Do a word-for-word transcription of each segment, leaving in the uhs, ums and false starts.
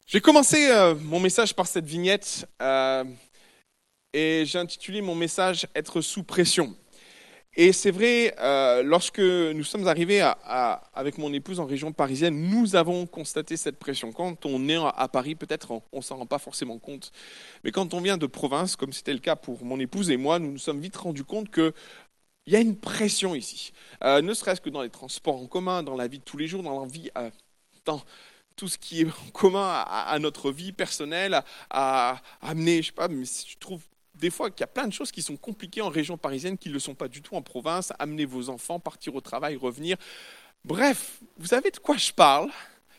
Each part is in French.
Je vais commencer euh, mon message par cette vignette euh, et j'ai intitulé mon message « Être sous pression ». Et c'est vrai, euh, lorsque nous sommes arrivés à, à, avec mon épouse en région parisienne, nous avons constaté cette pression. Quand on est à Paris, peut-être on ne s'en rend pas forcément compte. Mais quand on vient de province, comme c'était le cas pour mon épouse et moi, nous nous sommes vite rendus compte qu'il y a une pression ici. Euh, ne serait-ce que dans les transports en commun, dans la vie de tous les jours, dans la vie... Euh, dans, tout ce qui est en commun à, à notre vie personnelle, à, à amener, je sais pas, mais je trouve des fois qu'il y a plein de choses qui sont compliquées en région parisienne qui ne le sont pas du tout en province. Amener vos enfants, partir au travail, revenir. Bref, vous savez de quoi je parle?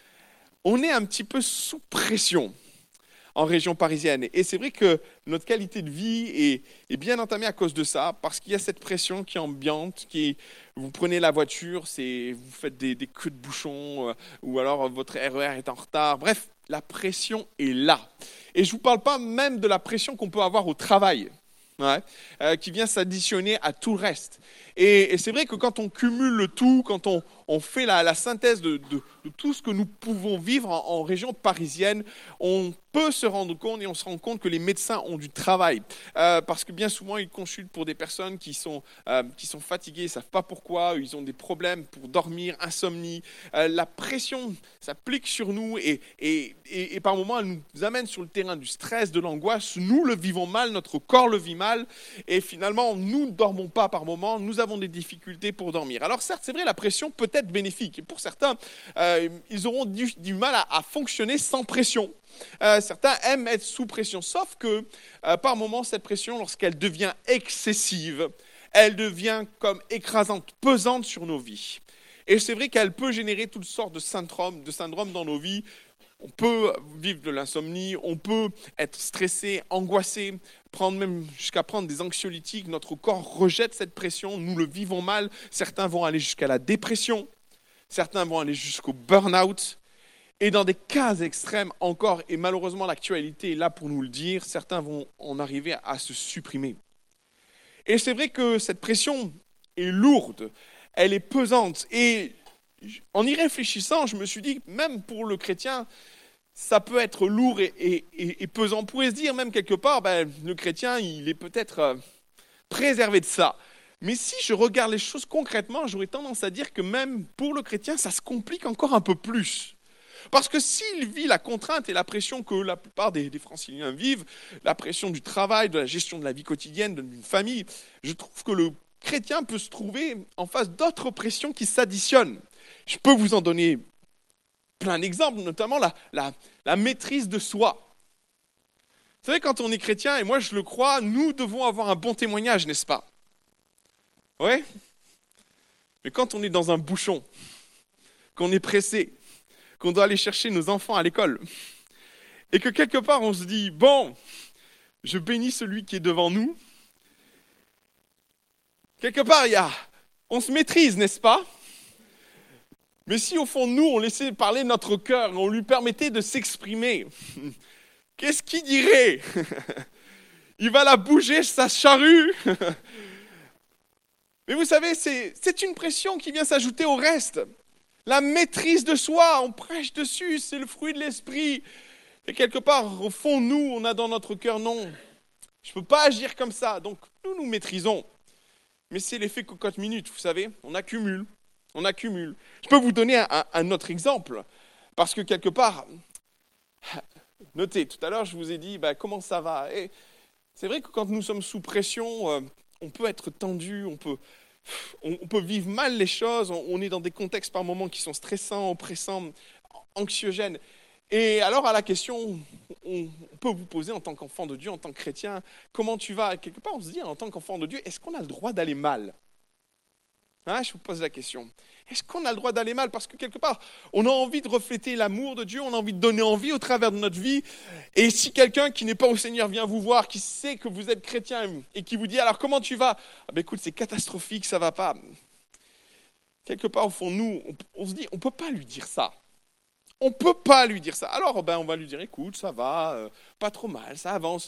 On est un petit peu sous pression en région parisienne. Et c'est vrai que notre qualité de vie est, est bien entamée à cause de ça, parce qu'il y a cette pression qui est ambiante, qui est, vous prenez la voiture, c'est, vous faites des, des queues de bouchons, euh, ou alors votre R E R est en retard. Bref, la pression est là. Et je ne vous parle pas même de la pression qu'on peut avoir au travail, ouais, euh, qui vient s'additionner à tout le reste. Et, et c'est vrai que quand on cumule le tout, quand on, on fait la, la synthèse de, de, de tout ce que nous pouvons vivre en, en région parisienne, on peut se rendre compte et on se rend compte que les médecins ont du travail. Euh, parce que bien souvent, ils consultent pour des personnes qui sont, euh, qui sont fatiguées, ils ne savent pas pourquoi, ils ont des problèmes pour dormir, insomnie. Euh, la pression s'applique sur nous et, et, et, et par moments, elle nous amène sur le terrain du stress, de l'angoisse. Nous le vivons mal, notre corps le vit mal et finalement, nous ne dormons pas par moments, nous avons des difficultés pour dormir. Alors certes, c'est vrai, la pression peut être bénéfique. Et pour certains, euh, ils auront du, du mal à, à fonctionner sans pression. Euh, certains aiment être sous pression, sauf que euh, par moments, cette pression, lorsqu'elle devient excessive, elle devient comme écrasante, pesante sur nos vies. Et c'est vrai qu'elle peut générer toutes sortes de syndromes, de syndromes dans nos vies. On peut vivre de l'insomnie, on peut être stressé, angoissé, prendre même jusqu'à prendre des anxiolytiques. Notre corps rejette cette pression, nous le vivons mal. Certains vont aller jusqu'à la dépression, certains vont aller jusqu'au burn-out. Et dans des cas extrêmes encore, et malheureusement l'actualité est là pour nous le dire, certains vont en arriver à se supprimer. Et c'est vrai que cette pression est lourde, elle est pesante. Et en y réfléchissant, je me suis dit, même pour le chrétien, ça peut être lourd et, et, et, et pesant. On pourrait se dire même quelque part, ben, le chrétien, il est peut-être euh, préservé de ça. Mais si je regarde les choses concrètement, j'aurais tendance à dire que même pour le chrétien, ça se complique encore un peu plus. Parce que s'il vit la contrainte et la pression que la plupart des, des franciliens vivent, la pression du travail, de la gestion de la vie quotidienne, d'une famille, je trouve que le chrétien peut se trouver en face d'autres pressions qui s'additionnent. Je peux vous en donner plein d'exemples, notamment la, la, la maîtrise de soi. Vous savez, quand on est chrétien, et moi je le crois, nous devons avoir un bon témoignage, n'est-ce pas? Oui. Mais quand on est dans un bouchon, qu'on est pressé, qu'on doit aller chercher nos enfants à l'école, et que quelque part on se dit, bon, je bénis celui qui est devant nous, quelque part il y a, on se maîtrise, n'est-ce pas? Mais si au fond de nous, on laissait parler notre cœur, on lui permettait de s'exprimer, qu'est-ce qu'il dirait? Il va la bouger, sa charrue. Mais vous savez, c'est, c'est une pression qui vient s'ajouter au reste. La maîtrise de soi, on prêche dessus, c'est le fruit de l'esprit. Et quelque part, au fond de nous, on a dans notre cœur, non, je ne peux pas agir comme ça. Donc, nous nous maîtrisons. Mais c'est l'effet cocotte minute, vous savez, on accumule, on accumule. Je peux vous donner un, un autre exemple, parce que quelque part, notez, tout à l'heure, je vous ai dit, bah, comment ça va? Et c'est vrai que quand nous sommes sous pression, euh, on peut être tendu, on peut... On peut vivre mal les choses, on est dans des contextes par moments qui sont stressants, oppressants, anxiogènes. Et alors à la question, on peut vous poser en tant qu'enfant de Dieu, en tant que chrétien, comment tu vas? Quelque part on se dit en tant qu'enfant de Dieu, est-ce qu'on a le droit d'aller mal? Hein, je vous pose la question. Est-ce qu'on a le droit d'aller mal? Parce que quelque part, on a envie de refléter l'amour de Dieu, on a envie de donner envie au travers de notre vie. Et si quelqu'un qui n'est pas au Seigneur vient vous voir, qui sait que vous êtes chrétien et qui vous dit, alors comment tu vas? Ah ben écoute, c'est catastrophique, ça ne va pas. Quelque part, au fond de nous, on, on se dit, on ne peut pas lui dire ça. On ne peut pas lui dire ça. Alors, ben, on va lui dire, écoute, ça va, euh, pas trop mal, ça avance.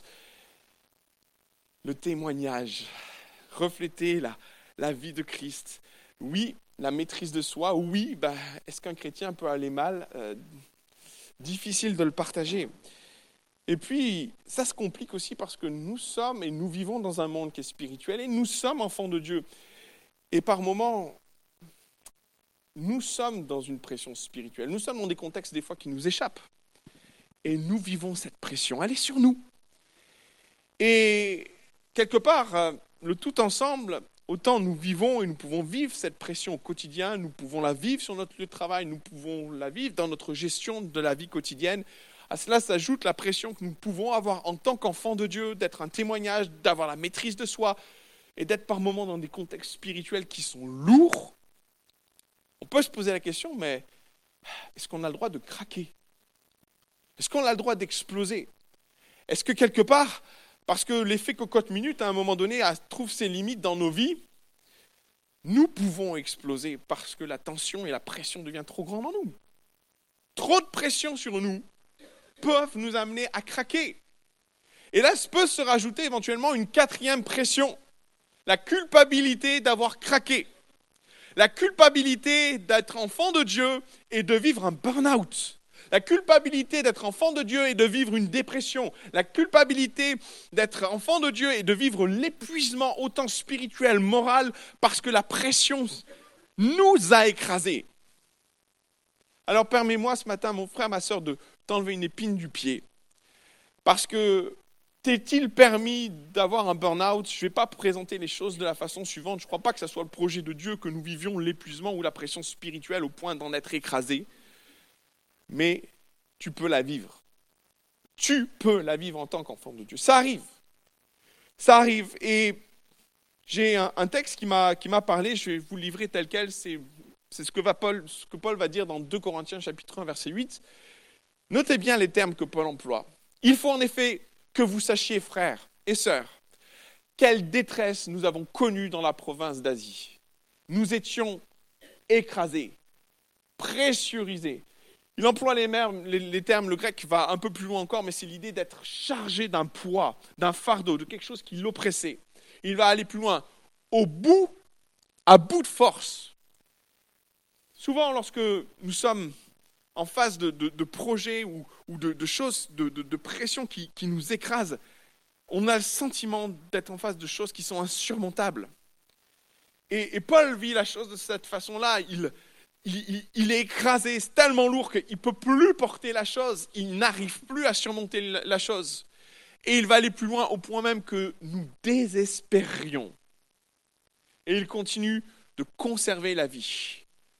Le témoignage, refléter la, la vie de Christ. Oui, la maîtrise de soi, oui, bah, est-ce qu'un chrétien peut aller mal? euh, difficile de le partager. Et puis, ça se complique aussi parce que nous sommes et nous vivons dans un monde qui est spirituel et nous sommes enfants de Dieu. Et par moments, nous sommes dans une pression spirituelle. Nous sommes dans des contextes des fois qui nous échappent. Et nous vivons cette pression. Elle est sur nous. Et quelque part, le tout ensemble, autant nous vivons et nous pouvons vivre cette pression au quotidien, nous pouvons la vivre sur notre lieu de travail, nous pouvons la vivre dans notre gestion de la vie quotidienne. À cela s'ajoute la pression que nous pouvons avoir en tant qu'enfants de Dieu, d'être un témoignage, d'avoir la maîtrise de soi et d'être par moments dans des contextes spirituels qui sont lourds. On peut se poser la question, mais est-ce qu'on a le droit de craquer? Est-ce qu'on a le droit d'exploser? Est-ce que quelque part, parce que l'effet cocotte-minute, à un moment donné, trouve ses limites dans nos vies, nous pouvons exploser parce que la tension et la pression deviennent trop grandes en nous. Trop de pression sur nous peuvent nous amener à craquer. Et là, peut se rajouter éventuellement une quatrième pression, la culpabilité d'avoir craqué. La culpabilité d'être enfant de Dieu et de vivre un burn-out. La culpabilité d'être enfant de Dieu et de vivre une dépression. La culpabilité d'être enfant de Dieu et de vivre l'épuisement autant spirituel, moral, parce que la pression nous a écrasés. Alors permets-moi ce matin, mon frère, ma sœur, de t'enlever une épine du pied. Parce que t'est-il permis d'avoir un burn-out? Je ne vais pas présenter les choses de la façon suivante. Je ne crois pas que ce soit le projet de Dieu que nous vivions l'épuisement ou la pression spirituelle au point d'en être écrasés. Mais tu peux la vivre. Tu peux la vivre en tant qu'enfant de Dieu. Ça arrive. Ça arrive. Et j'ai un, un texte qui m'a, qui m'a parlé, je vais vous le livrer tel quel. C'est, c'est ce, que va Paul, ce que Paul va dire dans deux Corinthiens chapitre un, verset huit. Notez bien les termes que Paul emploie. Il faut en effet que vous sachiez, frères et sœurs, quelle détresse nous avons connue dans la province d'Asie. Nous étions écrasés, pressurisés. Il emploie les, mers, les, les termes, le grec va un peu plus loin encore, mais c'est l'idée d'être chargé d'un poids, d'un fardeau, de quelque chose qui l'oppressait. Il va aller plus loin, au bout, à bout de force. Souvent, lorsque nous sommes en face de, de, de projets ou, ou de, de choses, de, de, de pression qui, qui nous écrasent, on a le sentiment d'être en face de choses qui sont insurmontables. Et, et Paul vit la chose de cette façon-là. Il, il, il, il est écrasé, c'est tellement lourd qu'il ne peut plus porter la chose. Il n'arrive plus à surmonter la, la chose. Et il va aller plus loin au point même que nous désespérions. Et il continue de conserver la vie.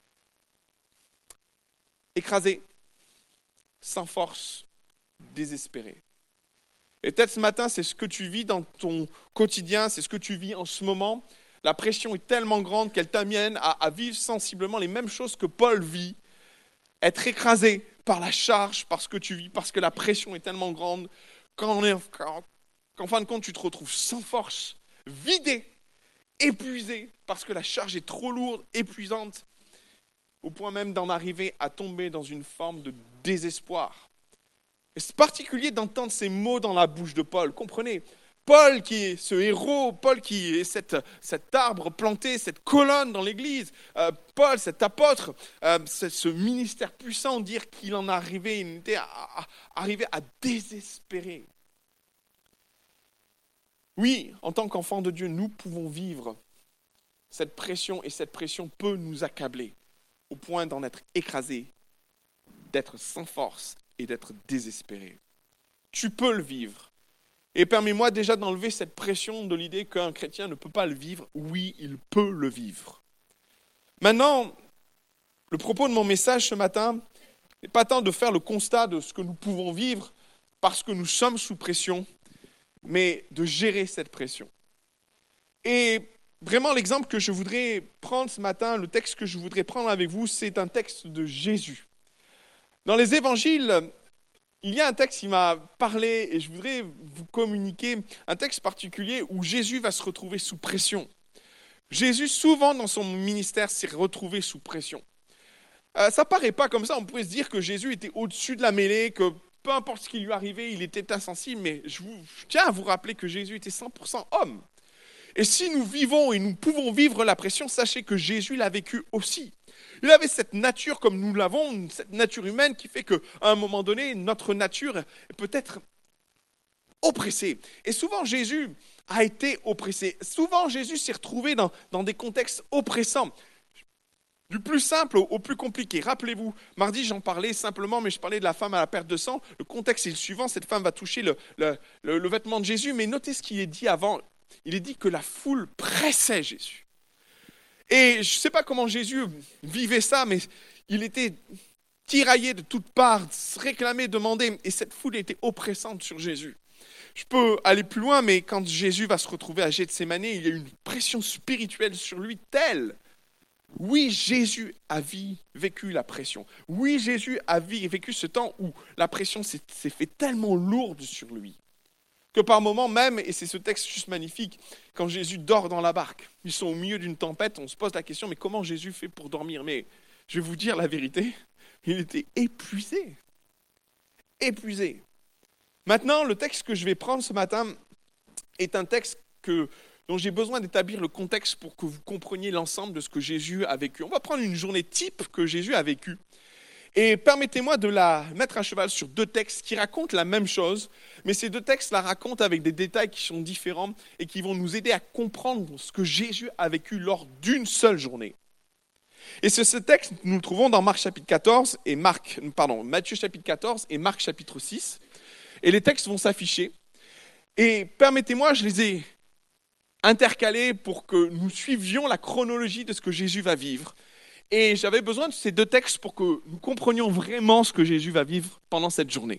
Écrasé, sans force, désespéré. Et peut-être ce matin, c'est ce que tu vis dans ton quotidien, c'est ce que tu vis en ce moment. La pression est tellement grande qu'elle t'amène à, à vivre sensiblement les mêmes choses que Paul vit. Être écrasé par la charge, par ce que tu vis, parce que la pression est tellement grande qu'en, qu'en, qu'en fin de compte, tu te retrouves sans force, vidé, épuisé, parce que la charge est trop lourde, épuisante, au point même d'en arriver à tomber dans une forme de désespoir. Et c'est particulier d'entendre ces mots dans la bouche de Paul. Comprenez, Paul qui est ce héros, Paul qui est cette, cet arbre planté, cette colonne dans l'église, euh, Paul, cet apôtre, euh, ce, ce ministère puissant, dire qu'il en arrivait, il était à, à, arrivé à désespérer. Oui, en tant qu'enfants de Dieu, nous pouvons vivre cette pression et cette pression peut nous accabler au point d'en être écrasé, d'être sans force et d'être désespéré. Tu peux le vivre. Et permets-moi déjà d'enlever cette pression de l'idée qu'un chrétien ne peut pas le vivre. Oui, il peut le vivre. Maintenant, le propos de mon message ce matin n'est pas tant de faire le constat de ce que nous pouvons vivre parce que nous sommes sous pression, mais de gérer cette pression. Et vraiment, l'exemple que je voudrais prendre ce matin, le texte que je voudrais prendre avec vous, c'est un texte de Jésus. Dans les évangiles, il y a un texte qui m'a parlé et je voudrais vous communiquer un texte particulier où Jésus va se retrouver sous pression. Jésus, souvent dans son ministère, s'est retrouvé sous pression. Euh, ça ne paraît pas comme ça, on pourrait se dire que Jésus était au-dessus de la mêlée, que peu importe ce qui lui arrivait, il était insensible, mais je, vous, je tiens à vous rappeler que Jésus était cent pour cent homme. Et si nous vivons et nous pouvons vivre la pression, sachez que Jésus l'a vécu aussi. Il avait cette nature comme nous l'avons, cette nature humaine qui fait qu'à un moment donné, notre nature peut être oppressée. Et souvent, Jésus a été oppressé. Souvent, Jésus s'est retrouvé dans, dans des contextes oppressants. Du plus simple au, au plus compliqué. Rappelez-vous, mardi, j'en parlais simplement, mais je parlais de la femme à la perte de sang. Le contexte est le suivant, cette femme va toucher le, le, le, le vêtement de Jésus, mais notez ce qu'il est dit avant. Il est dit que la foule pressait Jésus. Et je ne sais pas comment Jésus vivait ça, mais il était tiraillé de toutes parts, réclamé, demandé, et cette foule était oppressante sur Jésus. Je peux aller plus loin, mais quand Jésus va se retrouver à Gethsémani, il y a une pression spirituelle sur lui telle. Oui, Jésus a vécu la pression. Oui, Jésus a vécu ce temps où la pression s'est fait tellement lourde sur lui que par moments même, et c'est ce texte juste magnifique, quand Jésus dort dans la barque, ils sont au milieu d'une tempête, on se pose la question, mais comment Jésus fait pour dormir? Mais je vais vous dire la vérité, il était épuisé. Épuisé. Maintenant, le texte que je vais prendre ce matin est un texte que, dont j'ai besoin d'établir le contexte pour que vous compreniez l'ensemble de ce que Jésus a vécu. On va prendre une journée type que Jésus a vécue. Et permettez-moi de la mettre à cheval sur deux textes qui racontent la même chose, mais ces deux textes la racontent avec des détails qui sont différents et qui vont nous aider à comprendre ce que Jésus a vécu lors d'une seule journée. Et ce, ce texte, nous le trouvons dans Marc chapitre quatorze et Marc, pardon, Matthieu chapitre quatorze et Marc chapitre six. Et les textes vont s'afficher. Et permettez-moi, je les ai intercalés pour que nous suivions la chronologie de ce que Jésus va vivre. Et j'avais besoin de ces deux textes pour que nous comprenions vraiment ce que Jésus va vivre pendant cette journée.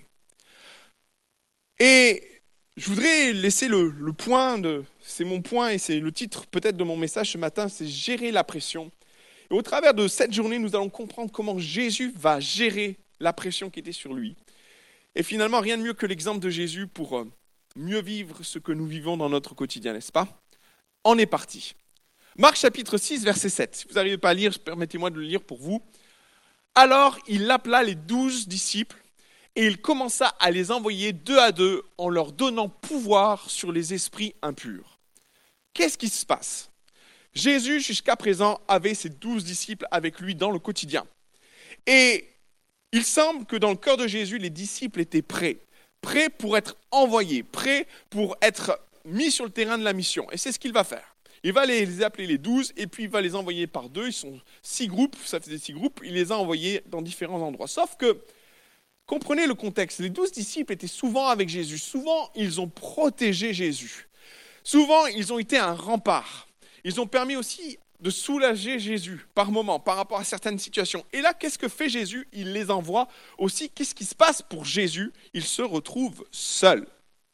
Et je voudrais laisser le, le point, de, c'est mon point et c'est le titre peut-être de mon message ce matin, c'est gérer la pression. Et au travers de cette journée, nous allons comprendre comment Jésus va gérer la pression qui était sur lui. Et finalement, rien de mieux que l'exemple de Jésus pour mieux vivre ce que nous vivons dans notre quotidien, n'est-ce pas? On est parti. Marc chapitre six, verset sept. Si vous n'arrivez pas à lire, permettez-moi de le lire pour vous. Alors, il appela les douze disciples et il commença à les envoyer deux à deux en leur donnant pouvoir sur les esprits impurs. Qu'est-ce qui se passe? Jésus, jusqu'à présent, avait ses douze disciples avec lui dans le quotidien. Et il semble que dans le cœur de Jésus, les disciples étaient prêts. Prêts pour être envoyés, prêts pour être mis sur le terrain de la mission. Et c'est ce qu'il va faire. Il va les appeler les douze et puis il va les envoyer par deux. Ils sont six groupes, ça faisait six groupes. Il les a envoyés dans différents endroits. Sauf que, comprenez le contexte, les douze disciples étaient souvent avec Jésus. Souvent, ils ont protégé Jésus. Souvent, ils ont été un rempart. Ils ont permis aussi de soulager Jésus par moment, par rapport à certaines situations. Et là, qu'est-ce que fait Jésus? Il les envoie aussi. Qu'est-ce qui se passe pour Jésus? Il se retrouve seul.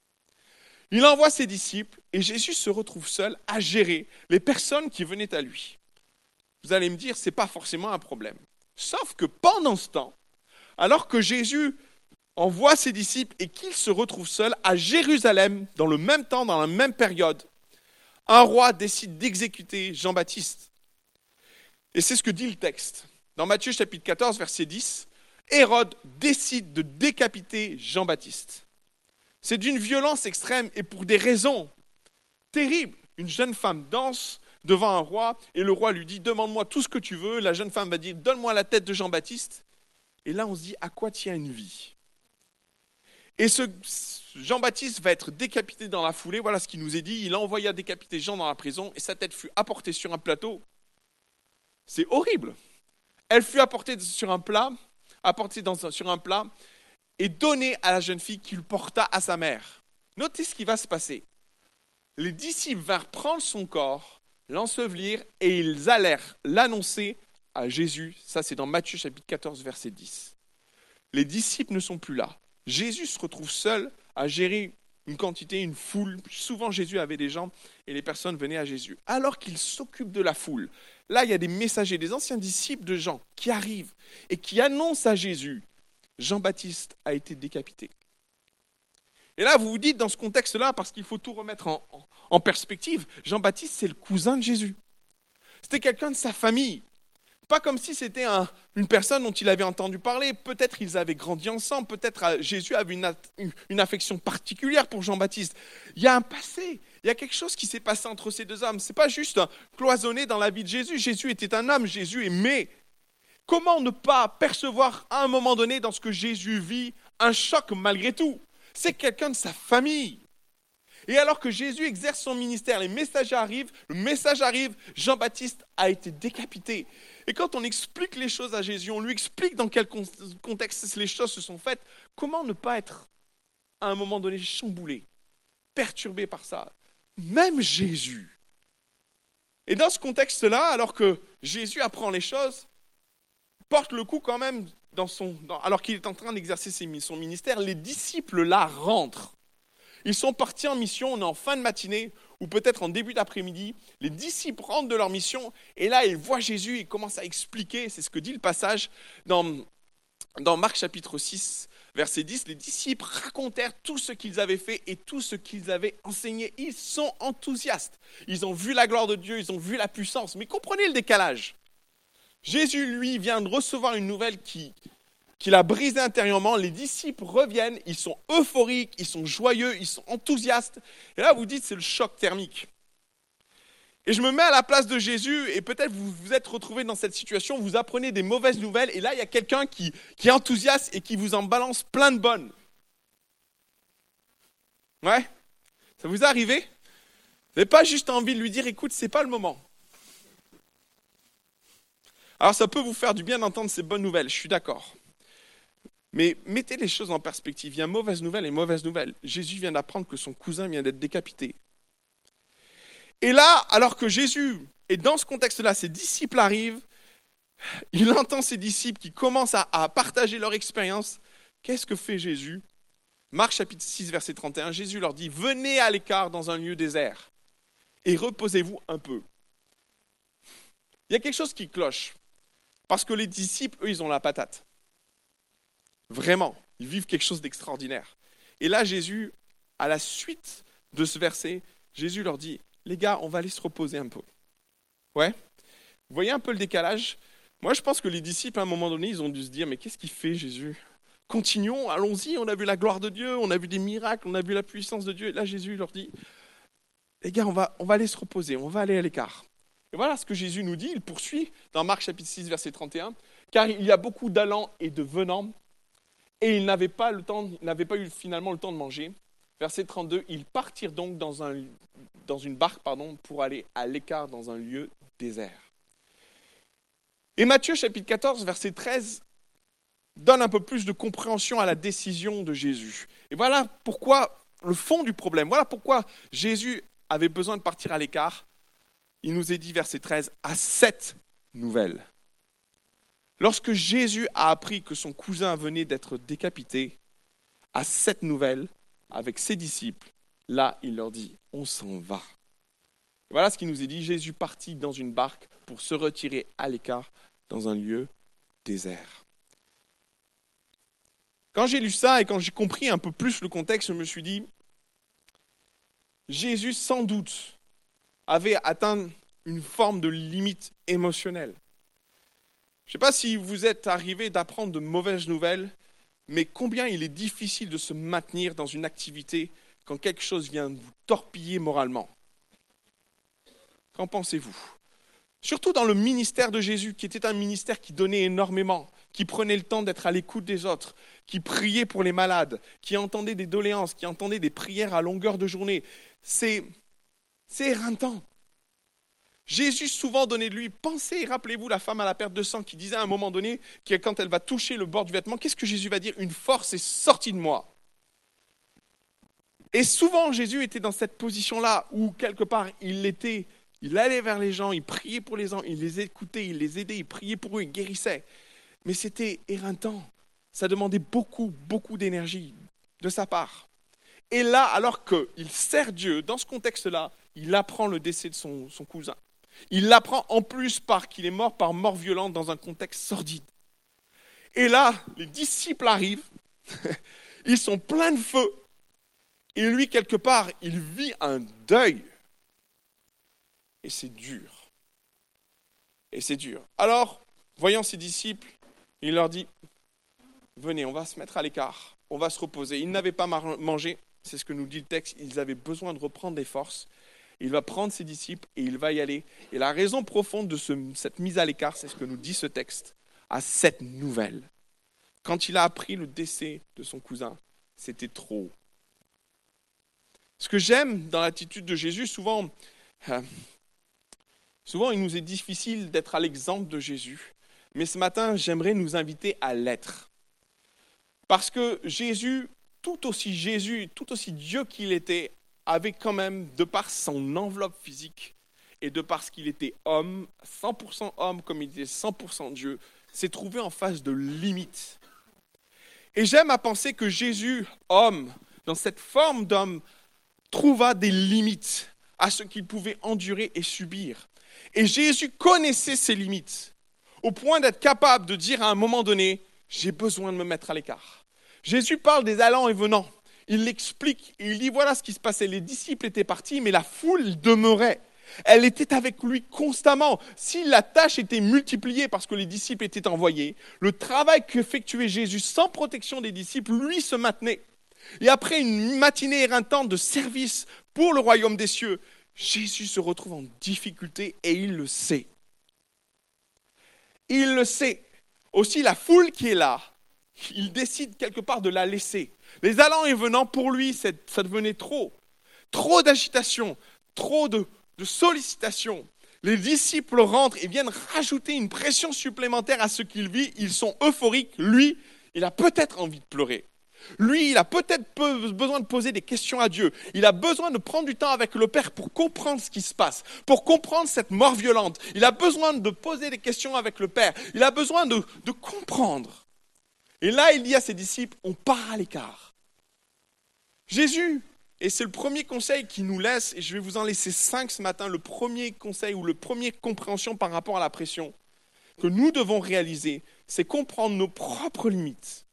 Il envoie ses disciples et Jésus se retrouve seul à gérer les personnes qui venaient à lui. Vous allez me dire, ce n'est pas forcément un problème. Sauf que pendant ce temps, alors que Jésus envoie ses disciples et qu'il se retrouve seul à Jérusalem, dans le même temps, dans la même période, un roi décide d'exécuter Jean-Baptiste. Et c'est ce que dit le texte. Dans Matthieu chapitre quatorze, verset dix, Hérode décide de décapiter Jean-Baptiste. C'est d'une violence extrême et pour des raisons terribles. Une jeune femme danse devant un roi et le roi lui dit « Demande-moi tout ce que tu veux ». La jeune femme va dire « Donne-moi la tête de Jean-Baptiste ». Et là, on se dit « À quoi tient une vie ?» Et ce Jean-Baptiste va être décapité dans la foulée. Voilà ce qu'il nous est dit. Il envoya décapiter Jean dans la prison et sa tête fut apportée sur un plateau. C'est horrible. Elle fut apportée sur un plat, apportée dans, sur un plat et donnée à la jeune fille qui le porta à sa mère. Notez ce qui va se passer. Les disciples vinrent prendre son corps, l'ensevelir et ils allèrent l'annoncer à Jésus. Ça, c'est dans Matthieu chapitre quatorze, verset dix. Les disciples ne sont plus là. Jésus se retrouve seul à gérer une quantité, une foule. Souvent, Jésus avait des gens et les personnes venaient à Jésus. Alors qu'il s'occupe de la foule, là, il y a des messagers, des anciens disciples de Jean qui arrivent et qui annoncent à Jésus Jean-Baptiste a été décapité. Et là, vous vous dites dans ce contexte-là, parce qu'il faut tout remettre en, en, en perspective, Jean-Baptiste, c'est le cousin de Jésus. C'était quelqu'un de sa famille. Pas comme si c'était un, une personne dont il avait entendu parler. Peut-être ils avaient grandi ensemble, peut-être Jésus avait une, une, une affection particulière pour Jean-Baptiste. Il y a un passé, il y a quelque chose qui s'est passé entre ces deux hommes. Ce n'est pas juste cloisonné dans la vie de Jésus. Jésus était un homme, Jésus aimait comment ne pas percevoir à un moment donné dans ce que Jésus vit un choc malgré tout? C'est quelqu'un de sa famille. Et alors que Jésus exerce son ministère, les messagers arrivent, le message arrive, Jean-Baptiste a été décapité. Et quand on explique les choses à Jésus, on lui explique dans quel contexte les choses se sont faites, comment ne pas être à un moment donné chamboulé, perturbé par ça? Même Jésus. Et dans ce contexte-là, alors que Jésus apprend les choses, porte le coup quand même, dans son, dans, alors qu'il est en train d'exercer son ministère, les disciples là rentrent. Ils sont partis en mission, on est en fin de matinée, ou peut-être en début d'après-midi. Les disciples rentrent de leur mission, et là, ils voient Jésus, ils commencent à expliquer, c'est ce que dit le passage dans, dans Marc chapitre six, verset dix. Les disciples racontèrent tout ce qu'ils avaient fait et tout ce qu'ils avaient enseigné. Ils sont enthousiastes. Ils ont vu la gloire de Dieu, ils ont vu la puissance. Mais comprenez le décalage. Jésus, lui, vient de recevoir une nouvelle qui... qu'il a brisé intérieurement, les disciples reviennent, ils sont euphoriques, ils sont joyeux, ils sont enthousiastes. Et là, vous dites, c'est le choc thermique. Et je me mets à la place de Jésus, et peut-être vous vous êtes retrouvé dans cette situation, vous apprenez des mauvaises nouvelles, et là, il y a quelqu'un qui, qui est enthousiaste et qui vous en balance plein de bonnes. Ouais? Ça vous est arrivé? Vous n'avez pas juste envie de lui dire, écoute, c'est pas le moment. Alors, ça peut vous faire du bien d'entendre ces bonnes nouvelles, je suis d'accord. Mais mettez les choses en perspective. Il y a mauvaise nouvelle et mauvaise nouvelle. Jésus vient d'apprendre que son cousin vient d'être décapité. Et là, alors que Jésus est dans ce contexte-là, ses disciples arrivent, il entend ses disciples qui commencent à, à partager leur expérience. Qu'est-ce que fait Jésus? Marc chapitre six, verset trente et un, Jésus leur dit « Venez à l'écart dans un lieu désert et reposez-vous un peu. » Il y a quelque chose qui cloche, parce que les disciples, eux, ils ont la patate. Vraiment, ils vivent quelque chose d'extraordinaire. Et là, Jésus, à la suite de ce verset, Jésus leur dit, les gars, on va aller se reposer un peu. Ouais? Vous voyez un peu le décalage? Moi, je pense que les disciples, à un moment donné, ils ont dû se dire, mais qu'est-ce qu'il fait, Jésus? Continuons, allons-y, on a vu la gloire de Dieu, on a vu des miracles, on a vu la puissance de Dieu. Et là, Jésus leur dit, les gars, on va, on va aller se reposer, on va aller à l'écart. Et voilà ce que Jésus nous dit, il poursuit dans Marc chapitre six, verset trente et un, car il y a beaucoup d'allants et de venants, et ils n'avaient pas, le temps, n'avaient pas eu finalement le temps de manger. Verset trente-deux, ils partirent donc dans, un, dans une barque pardon, pour aller à l'écart dans un lieu désert. Et Matthieu chapitre quatorze, verset treize, donne un peu plus de compréhension à la décision de Jésus. Et voilà pourquoi, le fond du problème, voilà pourquoi Jésus avait besoin de partir à l'écart. Il nous est dit, verset treize, à cette nouvelle. Lorsque Jésus a appris que son cousin venait d'être décapité, à cette nouvelle, avec ses disciples, là, il leur dit, on s'en va. Et voilà ce qui nous est dit, Jésus partit dans une barque pour se retirer à l'écart dans un lieu désert. Quand j'ai lu ça et quand j'ai compris un peu plus le contexte, je me suis dit, Jésus, sans doute, avait atteint une forme de limite émotionnelle. Je ne sais pas si vous êtes arrivé d'apprendre de mauvaises nouvelles, mais combien il est difficile de se maintenir dans une activité quand quelque chose vient vous torpiller moralement. Qu'en pensez-vous? Surtout dans le ministère de Jésus, qui était un ministère qui donnait énormément, qui prenait le temps d'être à l'écoute des autres, qui priait pour les malades, qui entendait des doléances, qui entendait des prières à longueur de journée. C'est, c'est éreintant. Jésus souvent donnait de lui, pensez, rappelez-vous la femme à la perte de sang qui disait à un moment donné, que quand elle va toucher le bord du vêtement, qu'est-ce que Jésus va dire? Une force est sortie de moi. Et souvent Jésus était dans cette position-là où quelque part il était, il allait vers les gens, il priait pour les gens, il les écoutait, il les aidait, il priait pour eux, il guérissait. Mais c'était éreintant, ça demandait beaucoup, beaucoup d'énergie de sa part. Et là, alors qu'il sert Dieu, dans ce contexte-là, il apprend le décès de son, son cousin. Il l'apprend en plus par qu'il est mort par mort violente dans un contexte sordide. Et là, les disciples arrivent, ils sont pleins de feu. Et lui, quelque part, il vit un deuil. Et c'est dur. Et c'est dur. Alors, voyant ses disciples, il leur dit, venez, on va se mettre à l'écart, on va se reposer. Ils n'avaient pas mangé, c'est ce que nous dit le texte, ils avaient besoin de reprendre des forces. Il va prendre ses disciples et il va y aller. Et la raison profonde de ce, cette mise à l'écart, c'est ce que nous dit ce texte. à cette nouvelle. Quand il a appris le décès de son cousin, c'était trop. Ce que j'aime dans l'attitude de Jésus, souvent, euh, souvent il nous est difficile d'être à l'exemple de Jésus. Mais ce matin, j'aimerais nous inviter à l'être. Parce que Jésus, tout aussi Jésus, tout aussi Dieu qu'il était, avait quand même, de par son enveloppe physique et de par ce qu'il était homme, cent pour cent homme comme il était cent pour cent Dieu, s'est trouvé en face de limites. Et j'aime à penser que Jésus, homme, dans cette forme d'homme, trouva des limites à ce qu'il pouvait endurer et subir. Et Jésus connaissait ses limites, au point d'être capable de dire à un moment donné, j'ai besoin de me mettre à l'écart. Jésus parle des allants et venants. Il l'explique, il dit voilà ce qui se passait. Les disciples étaient partis, mais la foule demeurait. Elle était avec lui constamment. Si la tâche était multipliée parce que les disciples étaient envoyés, le travail qu'effectuait Jésus sans protection des disciples, lui, se maintenait. Et après une matinée éreintante de service pour le royaume des cieux, Jésus se retrouve en difficulté et il le sait. Il le sait. Aussi, la foule qui est là, il décide quelque part de la laisser. Les allants et venants, pour lui, ça devenait trop. Trop d'agitation, trop de, de sollicitations. Les disciples rentrent et viennent rajouter une pression supplémentaire à ce qu'il vit. Ils sont euphoriques. Lui, il a peut-être envie de pleurer. Lui, il a peut-être besoin de poser des questions à Dieu. Il a besoin de prendre du temps avec le Père pour comprendre ce qui se passe, pour comprendre cette mort violente. Il a besoin de poser des questions avec le Père. Il a besoin de, de comprendre. Et là, il dit à ses disciples, on part à l'écart. Jésus, et c'est le premier conseil qu'il nous laisse, et je vais vous en laisser cinq ce matin, le premier conseil ou le premier compréhension par rapport à la pression que nous devons réaliser, c'est comprendre nos propres limites.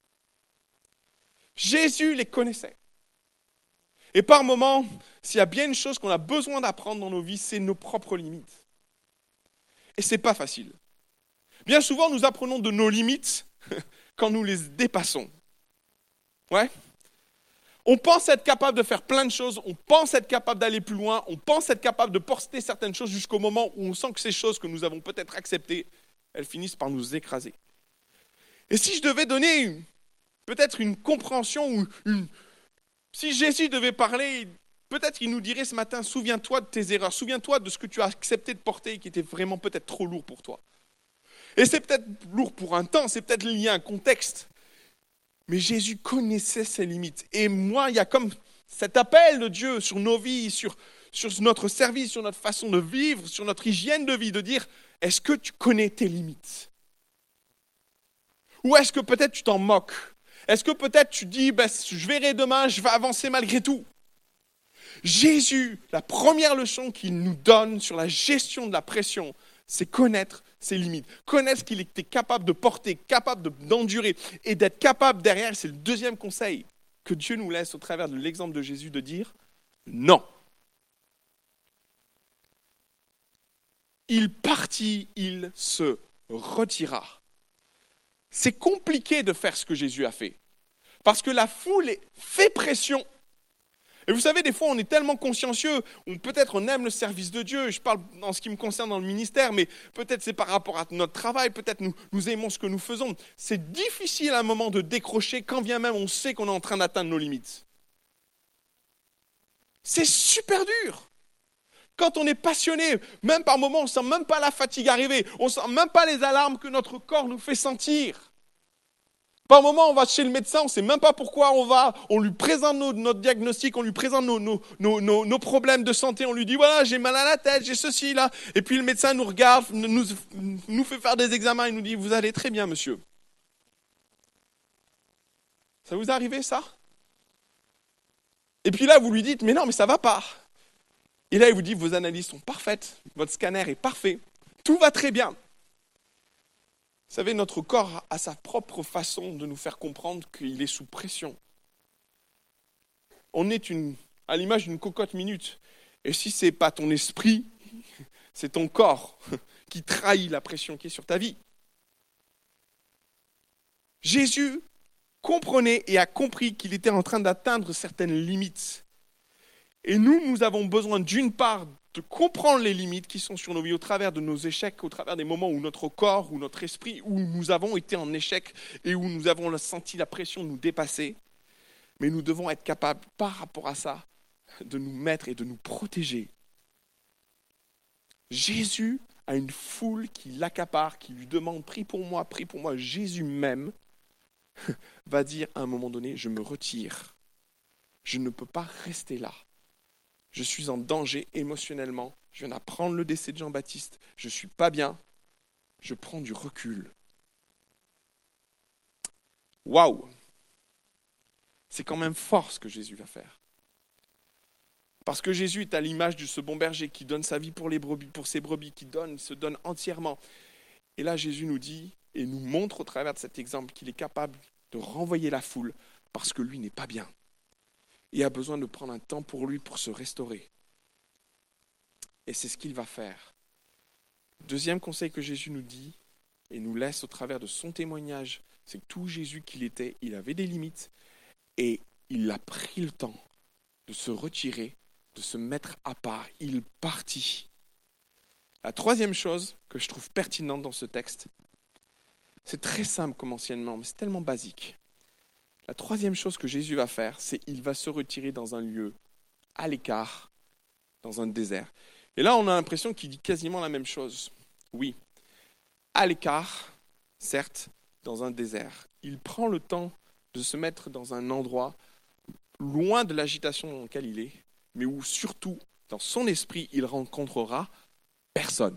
Jésus les connaissait. Et par moments, s'il y a bien une chose qu'on a besoin d'apprendre dans nos vies, c'est nos propres limites. Et ce n'est pas facile. Bien souvent, nous apprenons de nos limites quand nous les dépassons. Ouais. On pense être capable de faire plein de choses, on pense être capable d'aller plus loin, on pense être capable de porter certaines choses jusqu'au moment où on sent que ces choses que nous avons peut-être acceptées, elles finissent par nous écraser. Et si je devais donner une, peut-être une compréhension, ou une, si Jésus devait parler, peut-être qu'il nous dirait ce matin, souviens-toi de tes erreurs, souviens-toi de ce que tu as accepté de porter et qui était vraiment peut-être trop lourd pour toi. Et c'est peut-être lourd pour un temps, c'est peut-être lié à un contexte. Mais Jésus connaissait ses limites. Et moi, il y a comme cet appel de Dieu sur nos vies, sur, sur notre service, sur notre façon de vivre, sur notre hygiène de vie, de dire, est-ce que tu connais tes limites? Ou est-ce que peut-être tu t'en moques? Est-ce que peut-être tu dis, ben, je verrai demain, je vais avancer malgré tout? Jésus, la première leçon qu'il nous donne sur la gestion de la pression, c'est connaître ses limites, connaître ce qu'il était capable de porter, capable de, d'endurer et d'être capable derrière, c'est le deuxième conseil que Dieu nous laisse au travers de l'exemple de Jésus, de dire non. Il partit, il se retira. C'est compliqué de faire ce que Jésus a fait, parce que la foule fait pression. Et vous savez, des fois, on est tellement consciencieux, ou peut-être on aime le service de Dieu, je parle en ce qui me concerne dans le ministère, mais peut-être c'est par rapport à notre travail, peut-être nous, nous aimons ce que nous faisons. C'est difficile à un moment de décrocher, quand bien même on sait qu'on est en train d'atteindre nos limites. C'est super dur. Quand on est passionné, même par moments, on ne sent même pas la fatigue arriver, on ne sent même pas les alarmes que notre corps nous fait sentir. Par moment, on va chez le médecin, on ne sait même pas pourquoi on va, on lui présente nos, notre diagnostic, on lui présente nos, nos, nos, nos, nos problèmes de santé, on lui dit voilà, j'ai mal à la tête, j'ai ceci, là. Et puis le médecin nous regarde, nous, nous fait faire des examens, il nous dit vous allez très bien, monsieur. Ça vous est arrivé, ça? Et puis là, vous lui dites mais non, mais ça ne va pas. Et là, il vous dit vos analyses sont parfaites, votre scanner est parfait, tout va très bien. Vous savez, notre corps a sa propre façon de nous faire comprendre qu'il est sous pression. On est une, à l'image d'une cocotte minute. Et si ce n'est pas ton esprit, c'est ton corps qui trahit la pression qui est sur ta vie. Jésus comprenait et a compris qu'il était en train d'atteindre certaines limites. Et nous, nous avons besoin d'une part de comprendre les limites qui sont sur nos vies au travers de nos échecs, au travers des moments où notre corps, ou notre esprit, où nous avons été en échec et où nous avons senti la pression nous dépasser. Mais nous devons être capables, par rapport à ça, de nous mettre et de nous protéger. Jésus a une foule qui l'accapare, qui lui demande « Prie pour moi, prie pour moi ». Jésus même va dire à un moment donné « Je me retire. Je ne peux pas rester là. Je suis en danger émotionnellement. Je viens d'apprendre le décès de Jean-Baptiste. Je ne suis pas bien. Je prends du recul. » Waouh! C'est quand même fort ce que Jésus va faire. Parce que Jésus est à l'image de ce bon berger qui donne sa vie pour, les brebis, pour ses brebis, qui donne, se donne entièrement. Et là, Jésus nous dit et nous montre au travers de cet exemple qu'il est capable de renvoyer la foule parce que lui n'est pas bien. Et a besoin de prendre un temps pour lui pour se restaurer. Et c'est ce qu'il va faire. Deuxième conseil que Jésus nous dit et nous laisse au travers de son témoignage, c'est que tout Jésus qu'il était, il avait des limites et il a pris le temps de se retirer, de se mettre à part. Il partit. La troisième chose que je trouve pertinente dans ce texte, c'est très simple comme enseignement, mais c'est tellement basique. La troisième chose que Jésus va faire, c'est qu'il va se retirer dans un lieu à l'écart, dans un désert. Et là, on a l'impression qu'il dit quasiment la même chose. Oui, à l'écart, certes, dans un désert. Il prend le temps de se mettre dans un endroit loin de l'agitation dans laquelle il est, mais où surtout, dans son esprit, il rencontrera personne.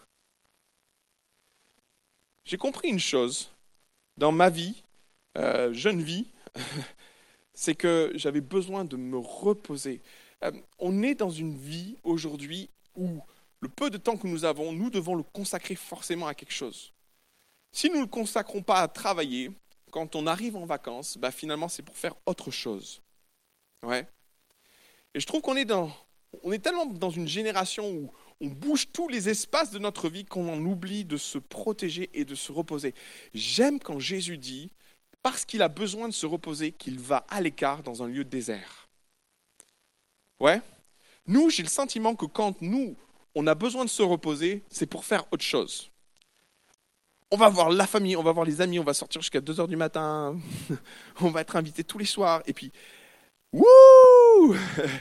J'ai compris une chose dans ma vie, euh, jeune vie, c'est que j'avais besoin de me reposer. Euh, on est dans une vie aujourd'hui où le peu de temps que nous avons, nous devons le consacrer forcément à quelque chose. Si nous ne le consacrons pas à travailler, quand on arrive en vacances, bah finalement c'est pour faire autre chose. Ouais. Et je trouve qu'on est, dans, on est tellement dans une génération où on bouge tous les espaces de notre vie qu'on en oublie de se protéger et de se reposer. J'aime quand Jésus dit, parce qu'il a besoin de se reposer, qu'il va à l'écart dans un lieu désert. Ouais. Nous, j'ai le sentiment que quand nous, on a besoin de se reposer, c'est pour faire autre chose. On va voir la famille, on va voir les amis, on va sortir jusqu'à deux heures du matin, on va être invités tous les soirs, et puis, wouh!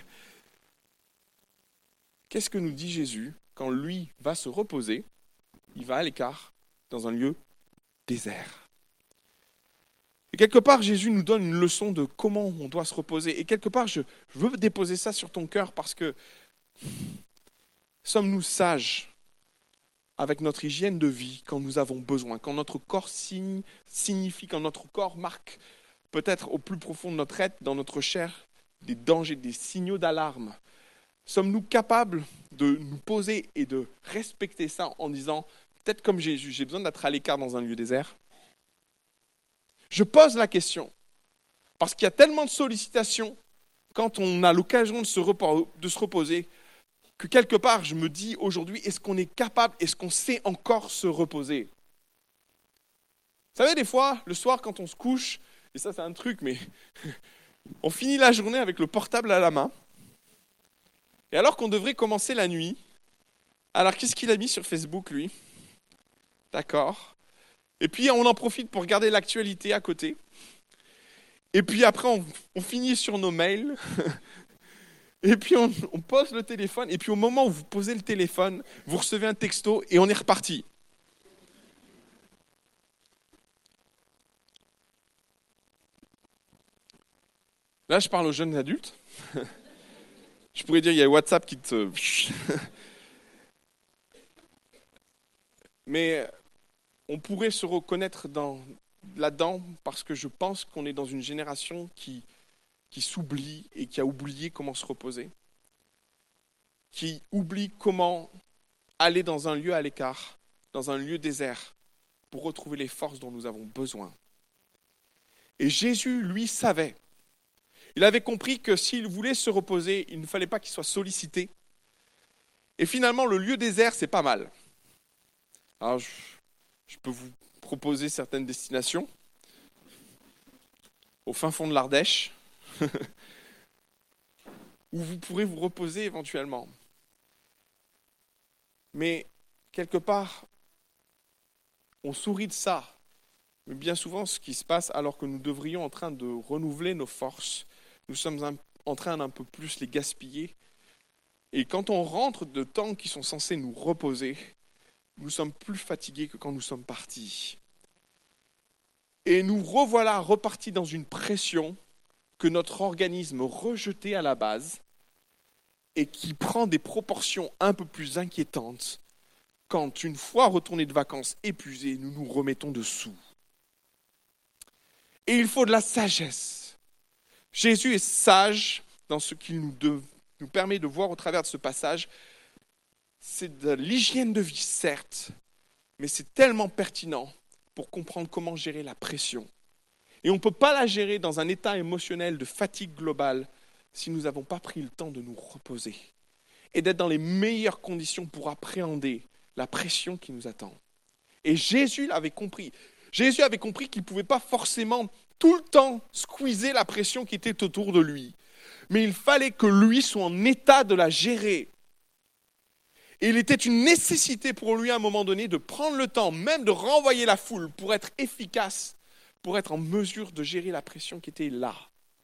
Qu'est-ce que nous dit Jésus quand lui va se reposer? Il va à l'écart dans un lieu désert. Et quelque part, Jésus nous donne une leçon de comment on doit se reposer. Et quelque part, je veux déposer ça sur ton cœur parce que sommes-nous sages avec notre hygiène de vie quand nous avons besoin, quand notre corps signe, signifie, quand notre corps marque peut-être au plus profond de notre être, dans notre chair, des dangers, des signaux d'alarme. Sommes-nous capables de nous poser et de respecter ça en disant, peut-être comme Jésus, j'ai besoin d'être à l'écart dans un lieu désert? Je pose la question, parce qu'il y a tellement de sollicitations quand on a l'occasion de se, repos- de se reposer, que quelque part, je me dis aujourd'hui, est-ce qu'on est capable, est-ce qu'on sait encore se reposer? Vous savez, des fois, le soir, quand on se couche, et ça c'est un truc, mais on finit la journée avec le portable à la main, et alors qu'on devrait commencer la nuit, alors qu'est-ce qu'il a mis sur Facebook, lui? D'accord. Et puis on en profite pour regarder l'actualité à côté. Et puis après, on, on finit sur nos mails. Et puis on, on pose le téléphone. Et puis au moment où vous posez le téléphone, vous recevez un texto et on est reparti. Là, je parle aux jeunes adultes. Je pourrais dire, il y a WhatsApp qui te... Mais on pourrait se reconnaître dans, là-dedans parce que je pense qu'on est dans une génération qui, qui s'oublie et qui a oublié comment se reposer, qui oublie comment aller dans un lieu à l'écart, dans un lieu désert, pour retrouver les forces dont nous avons besoin. Et Jésus, lui, savait. Il avait compris que s'il voulait se reposer, il ne fallait pas qu'il soit sollicité. Et finalement, le lieu désert, c'est pas mal. Alors, je, je peux vous proposer certaines destinations. Au fin fond de l'Ardèche. où vous pourrez vous reposer éventuellement. Mais quelque part, on sourit de ça. Mais bien souvent, ce qui se passe, alors que nous devrions en train de renouveler nos forces, nous sommes un, en train d'un peu plus les gaspiller. Et quand on rentre de temps qui sont censés nous reposer, nous sommes plus fatigués que quand nous sommes partis. Et nous revoilà repartis dans une pression que notre organisme rejetait à la base et qui prend des proportions un peu plus inquiétantes quand, une fois retournés de vacances épuisés, nous nous remettons dessous. Et il faut de la sagesse. Jésus est sage dans ce qu'il nous, de, nous permet de voir au travers de ce passage. C'est de l'hygiène de vie, certes, mais c'est tellement pertinent pour comprendre comment gérer la pression. Et on ne peut pas la gérer dans un état émotionnel de fatigue globale si nous n'avons pas pris le temps de nous reposer et d'être dans les meilleures conditions pour appréhender la pression qui nous attend. Et Jésus l'avait compris. Jésus avait compris qu'il ne pouvait pas forcément tout le temps squeezer la pression qui était autour de lui. Mais il fallait que lui soit en état de la gérer. Et il était une nécessité pour lui à un moment donné de prendre le temps, même de renvoyer la foule pour être efficace, pour être en mesure de gérer la pression qui était là.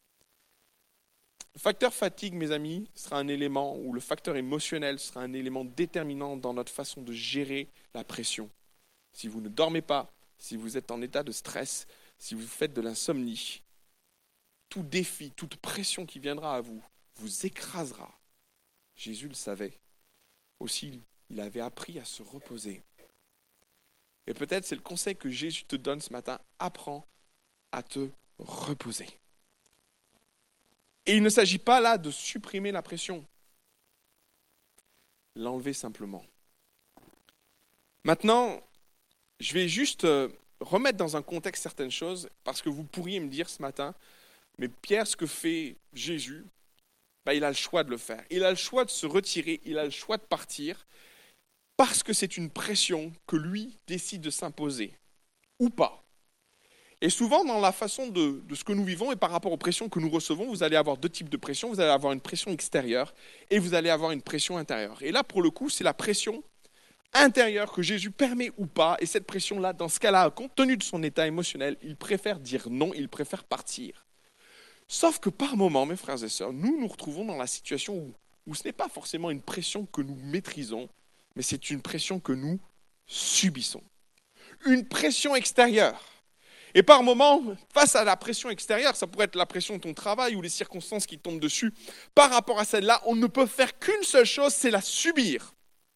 Le facteur fatigue, mes amis, sera un élément, ou le facteur émotionnel sera un élément déterminant dans notre façon de gérer la pression. Si vous ne dormez pas, si vous êtes en état de stress, si vous faites de l'insomnie, tout défi, toute pression qui viendra à vous, vous écrasera. Jésus le savait. Aussi, il avait appris à se reposer. Et peut-être c'est le conseil que Jésus te donne ce matin, apprends à te reposer. Et il ne s'agit pas là de supprimer la pression, l'enlever simplement. Maintenant, je vais juste remettre dans un contexte certaines choses, parce que vous pourriez me dire ce matin, mais Pierre, ce que fait Jésus, ben, il a le choix de le faire. Il a le choix de se retirer, il a le choix de partir, parce que c'est une pression que lui décide de s'imposer, ou pas. Et souvent, dans la façon de, de ce que nous vivons et par rapport aux pressions que nous recevons, vous allez avoir deux types de pression. Vous allez avoir une pression extérieure et vous allez avoir une pression intérieure. Et là, pour le coup, c'est la pression intérieure que Jésus permet ou pas. Et cette pression-là, dans ce cas-là, compte tenu de son état émotionnel, il préfère dire non, il préfère partir. Sauf que par moment, mes frères et sœurs, nous nous retrouvons dans la situation où, où ce n'est pas forcément une pression que nous maîtrisons, mais c'est une pression que nous subissons. Une pression extérieure. Et par moment, face à la pression extérieure, ça pourrait être la pression de ton travail ou les circonstances qui tombent dessus, par rapport à celle-là, on ne peut faire qu'une seule chose, c'est la subir.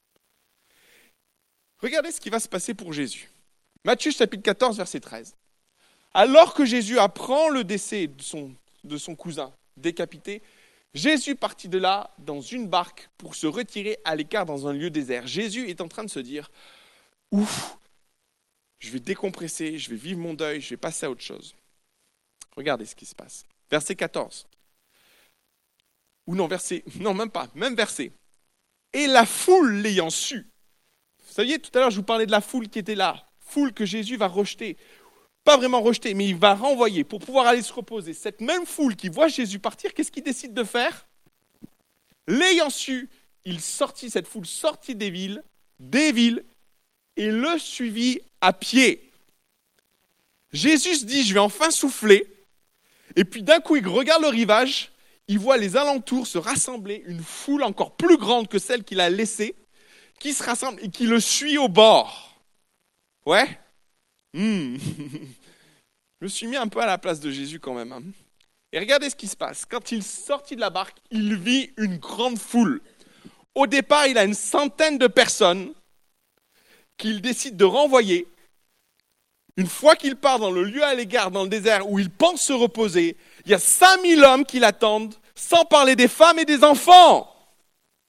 Regardez ce qui va se passer pour Jésus. Matthieu chapitre quatorze, verset treize. Alors que Jésus apprend le décès de son, de son cousin décapité, Jésus partit de là dans une barque pour se retirer à l'écart dans un lieu désert. Jésus est en train de se dire « Ouf !» Je vais décompresser, je vais vivre mon deuil, je vais passer à autre chose. Regardez ce qui se passe. Verset quatorze. Ou non, verset, non, même pas, même verset. Et la foule l'ayant su. Vous saviez, tout à l'heure, je vous parlais de la foule qui était là. Foule que Jésus va rejeter. Pas vraiment rejeter, mais il va renvoyer pour pouvoir aller se reposer. Cette même foule qui voit Jésus partir, qu'est-ce qu'il décide de faire? L'ayant su, il sortit, cette foule sortit des villes, des villes, et le suivit à pied. Jésus se dit, je vais enfin souffler. Et puis d'un coup, il regarde le rivage, il voit les alentours se rassembler, une foule encore plus grande que celle qu'il a laissée, qui se rassemble et qui le suit au bord. Ouais mmh. Je me suis mis un peu à la place de Jésus quand même. Hein. Et regardez ce qui se passe. Quand il sortit de la barque, il vit une grande foule. Au départ, il a une centaine de personnes qu'il décide de renvoyer. Une fois qu'il part dans le lieu à l'égard, dans le désert, où il pense se reposer, il y a cinq mille hommes qui l'attendent, sans parler des femmes et des enfants. Ouais ?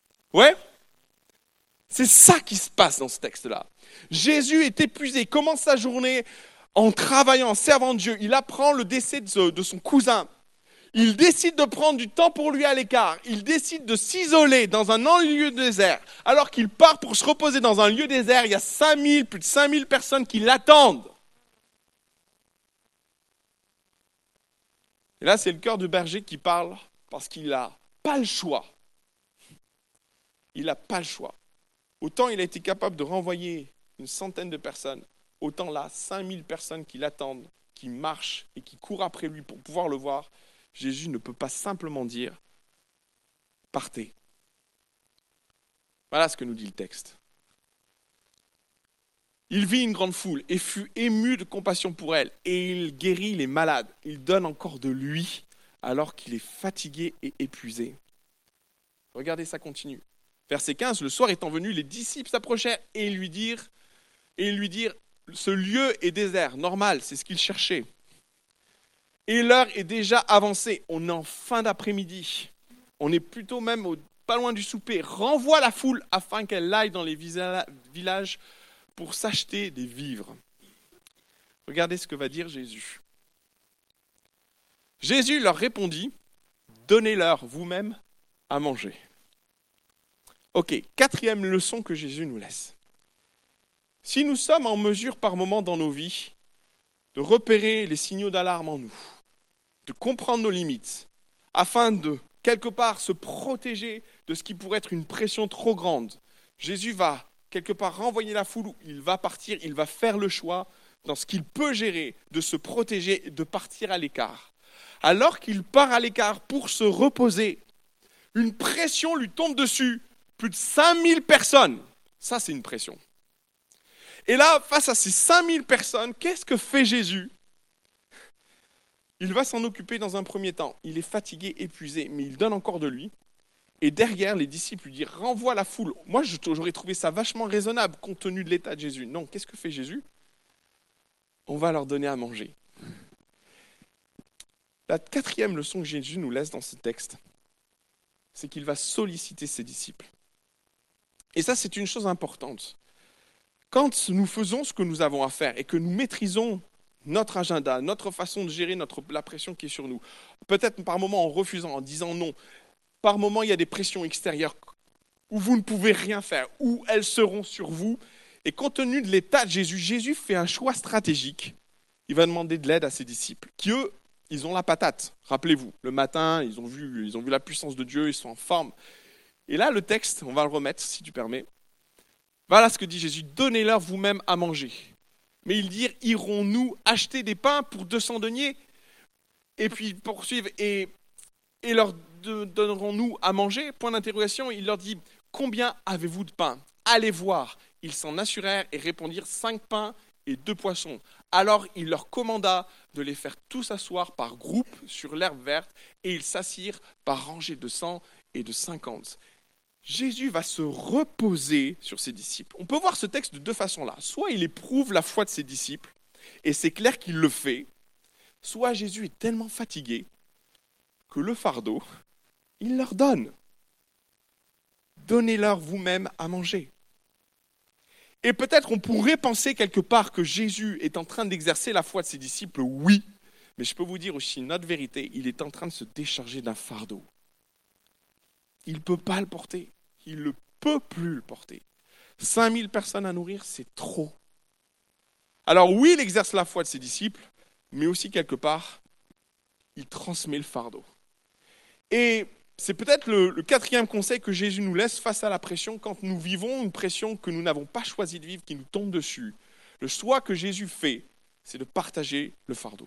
C'est ça qui se passe dans ce texte-là. Jésus est épuisé, il commence sa journée en travaillant, en servant Dieu. Il apprend le décès de son cousin. Il décide de prendre du temps pour lui à l'écart. Il décide de s'isoler dans un lieu désert. Alors qu'il part pour se reposer dans un lieu désert, il y a cinq mille, plus de cinq mille personnes qui l'attendent. Et là, c'est le cœur du berger qui parle parce qu'il a pas le choix. Il n'a pas le choix. Autant il a été capable de renvoyer une centaine de personnes, autant là, cinq mille personnes qui l'attendent, qui marchent et qui courent après lui pour pouvoir le voir. Jésus ne peut pas simplement dire « partez ». Voilà ce que nous dit le texte. Il vit une grande foule et fut ému de compassion pour elle, et il guérit les malades. Il donne encore de lui alors qu'il est fatigué et épuisé. Regardez, ça continue. Verset quinze, le soir étant venu, les disciples s'approchèrent et lui dirent, et lui dirent, ce lieu est désert, normal, c'est ce qu'ils cherchaient. Et l'heure est déjà avancée, on est en fin d'après-midi, on est plutôt même au, pas loin du souper. Renvoie la foule afin qu'elle aille dans les visa- villages pour s'acheter des vivres. Regardez ce que va dire Jésus. Jésus leur répondit, donnez-leur vous-même à manger. Ok, quatrième leçon que Jésus nous laisse. Si nous sommes en mesure par moments dans nos vies de repérer les signaux d'alarme en nous, de comprendre nos limites, afin de quelque part se protéger de ce qui pourrait être une pression trop grande, Jésus va quelque part renvoyer la foule, il va partir, il va faire le choix dans ce qu'il peut gérer, de se protéger, de partir à l'écart. Alors qu'il part à l'écart pour se reposer, une pression lui tombe dessus. Plus de cinq mille personnes, ça c'est une pression. Et là, face à ces cinq mille personnes, qu'est-ce que fait Jésus ? Il va s'en occuper dans un premier temps. Il est fatigué, épuisé, mais il donne encore de lui. Et derrière, les disciples lui disent, renvoie la foule. Moi, j'aurais trouvé ça vachement raisonnable compte tenu de l'état de Jésus. Non, qu'est-ce que fait Jésus ? On va leur donner à manger. La quatrième leçon que Jésus nous laisse dans ce texte, c'est qu'il va solliciter ses disciples. Et ça, c'est une chose importante. Quand nous faisons ce que nous avons à faire et que nous maîtrisons notre agenda, notre façon de gérer notre, la pression qui est sur nous, peut-être par moments en refusant, en disant non, par moments il y a des pressions extérieures où vous ne pouvez rien faire, où elles seront sur vous. Et compte tenu de l'état de Jésus, Jésus fait un choix stratégique. Il va demander de l'aide à ses disciples, qui eux, ils ont la patate. Rappelez-vous, le matin, ils ont vu, ils ont vu la puissance de Dieu, ils sont en forme. Et là, le texte, on va le remettre, si tu permets. Voilà ce que dit Jésus, donnez-leur vous-même à manger. Mais ils dirent, irons-nous acheter des pains pour deux cents deniers ? Et puis ils poursuivent, et, et leur de, donnerons-nous à manger ? Point d'interrogation, il leur dit, combien avez-vous de pain ? Allez voir. Ils s'en assurèrent et répondirent, cinq pains et deux poissons. Alors il leur commanda de les faire tous asseoir par groupe sur l'herbe verte, et ils s'assirent par rangées de cent et de cinquante. Jésus va se reposer sur ses disciples. On peut voir ce texte de deux façons là. Soit il éprouve la foi de ses disciples, et c'est clair qu'il le fait, soit Jésus est tellement fatigué que le fardeau, il leur donne. Donnez-leur vous-même à manger. Et peut-être on pourrait penser quelque part que Jésus est en train d'exercer la foi de ses disciples, oui, mais je peux vous dire aussi notre vérité, il est en train de se décharger d'un fardeau. Il ne peut pas le porter. Il ne peut plus le porter. cinq mille personnes à nourrir, c'est trop. Alors oui, il exerce la foi de ses disciples, mais aussi quelque part, il transmet le fardeau. Et c'est peut-être le, le quatrième conseil que Jésus nous laisse face à la pression, quand nous vivons une pression que nous n'avons pas choisi de vivre, qui nous tombe dessus. Le choix que Jésus fait, c'est de partager le fardeau.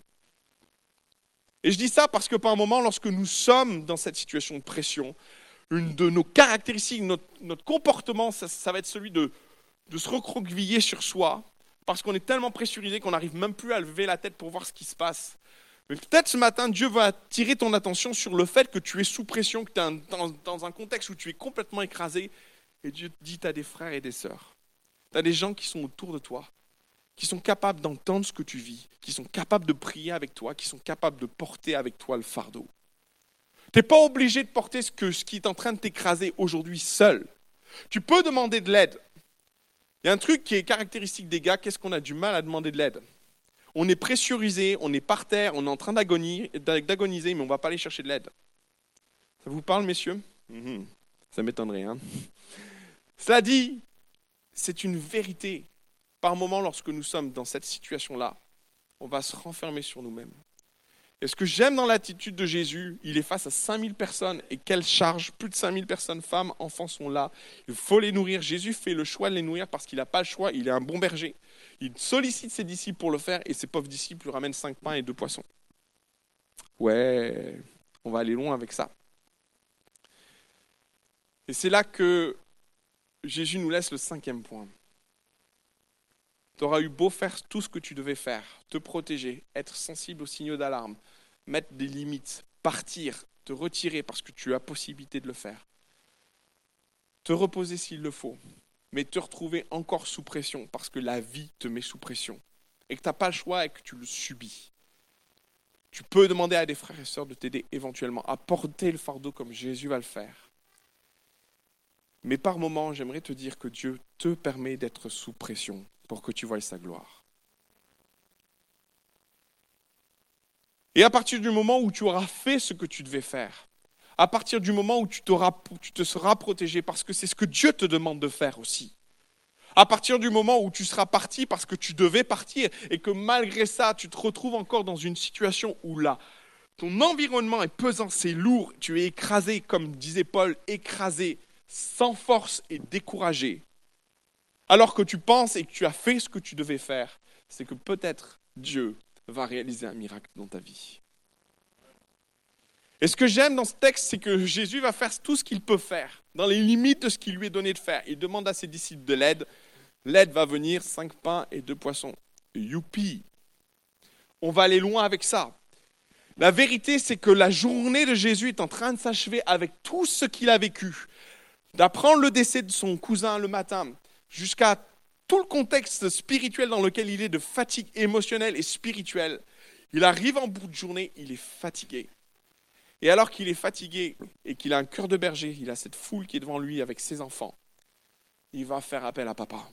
Et je dis ça parce que par moments, lorsque nous sommes dans cette situation de pression, une de nos caractéristiques, notre, notre comportement, ça, ça va être celui de, de se recroqueviller sur soi, parce qu'on est tellement pressurisé qu'on n'arrive même plus à lever la tête pour voir ce qui se passe. Mais peut-être ce matin, Dieu va attirer ton attention sur le fait que tu es sous pression, que tu es dans, dans un contexte où tu es complètement écrasé, et Dieu te dit, tu as des frères et des sœurs. Tu as des gens qui sont autour de toi, qui sont capables d'entendre ce que tu vis, qui sont capables de prier avec toi, qui sont capables de porter avec toi le fardeau. Tu n'es pas obligé de porter ce, que, ce qui est en train de t'écraser aujourd'hui seul. Tu peux demander de l'aide. Il y a un truc qui est caractéristique des gars, qu'est-ce qu'on a du mal à demander de l'aide ? On est pressurisé, on est par terre, on est en train d'agoniser, d'agoniser mais on ne va pas aller chercher de l'aide. Ça vous parle, messieurs ? mmh, Ça m'étonnerait. Hein. Cela dit, c'est une vérité. Par moments, lorsque nous sommes dans cette situation-là, on va se renfermer sur nous-mêmes. Et ce que j'aime dans l'attitude de Jésus, il est face à cinq mille personnes. Et quelle charge, plus de cinq mille personnes, femmes, enfants sont là. Il faut les nourrir. Jésus fait le choix de les nourrir parce qu'il n'a pas le choix. Il est un bon berger. Il sollicite ses disciples pour le faire et ses pauvres disciples lui ramènent cinq pains et deux poissons. Ouais, on va aller loin avec ça. Et c'est là que Jésus nous laisse le cinquième point. Tu auras eu beau faire tout ce que tu devais faire, te protéger, être sensible aux signaux d'alarme, mettre des limites, partir, te retirer parce que tu as possibilité de le faire, te reposer s'il le faut, mais te retrouver encore sous pression parce que la vie te met sous pression et que tu n'as pas le choix et que tu le subis. Tu peux demander à des frères et sœurs de t'aider éventuellement à porter le fardeau comme Jésus va le faire. Mais par moments, j'aimerais te dire que Dieu te permet d'être sous pression pour que tu voies sa gloire. Et à partir du moment où tu auras fait ce que tu devais faire, à partir du moment où tu, tu te seras protégé, parce que c'est ce que Dieu te demande de faire aussi, à partir du moment où tu seras parti parce que tu devais partir et que malgré ça, tu te retrouves encore dans une situation où là, ton environnement est pesant, c'est lourd, tu es écrasé, comme disait Paul, écrasé, sans force et découragé, alors que tu penses et que tu as fait ce que tu devais faire, c'est que peut-être Dieu va réaliser un miracle dans ta vie. Et ce que j'aime dans ce texte, c'est que Jésus va faire tout ce qu'il peut faire, dans les limites de ce qu'il lui est donné de faire. Il demande à ses disciples de l'aide. L'aide va venir, cinq pains et deux poissons. Youpi! On va aller loin avec ça. La vérité, c'est que la journée de Jésus est en train de s'achever avec tout ce qu'il a vécu. D'apprendre le décès de son cousin le matin, jusqu'à tout le contexte spirituel dans lequel il est, de fatigue émotionnelle et spirituelle. Il arrive en bout de journée, il est fatigué. Et alors qu'il est fatigué et qu'il a un cœur de berger, il a cette foule qui est devant lui avec ses enfants, il va faire appel à papa.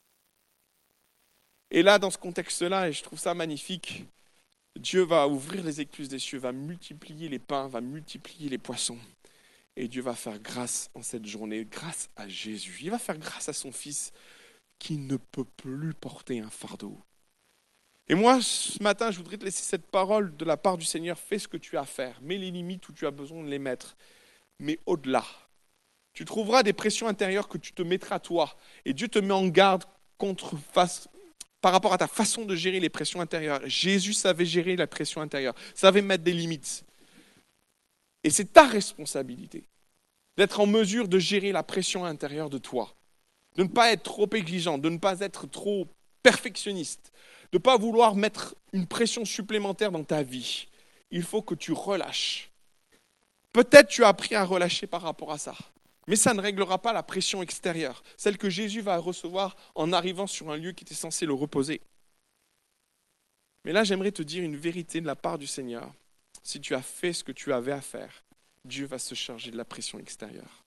Et là, dans ce contexte-là, et je trouve ça magnifique, Dieu va ouvrir les écluses des cieux, va multiplier les pains, va multiplier les poissons. Et Dieu va faire grâce en cette journée, grâce à Jésus. Il va faire grâce à son Fils qui ne peut plus porter un fardeau. Et moi, ce matin, je voudrais te laisser cette parole de la part du Seigneur. Fais ce que tu as à faire. Mets les limites où tu as besoin de les mettre. Mais au-delà, tu trouveras des pressions intérieures que tu te mettras toi. Et Dieu te met en garde contre, face, par rapport à ta façon de gérer les pressions intérieures. Jésus savait gérer la pression intérieure, savait mettre des limites. Et c'est ta responsabilité d'être en mesure de gérer la pression intérieure de toi. De ne pas être trop exigeant, de ne pas être trop perfectionniste, de ne pas vouloir mettre une pression supplémentaire dans ta vie. Il faut que tu relâches. Peut-être tu as appris à relâcher par rapport à ça, mais ça ne réglera pas la pression extérieure, celle que Jésus va recevoir en arrivant sur un lieu qui était censé le reposer. Mais là, j'aimerais te dire une vérité de la part du Seigneur. Si tu as fait ce que tu avais à faire, Dieu va se charger de la pression extérieure.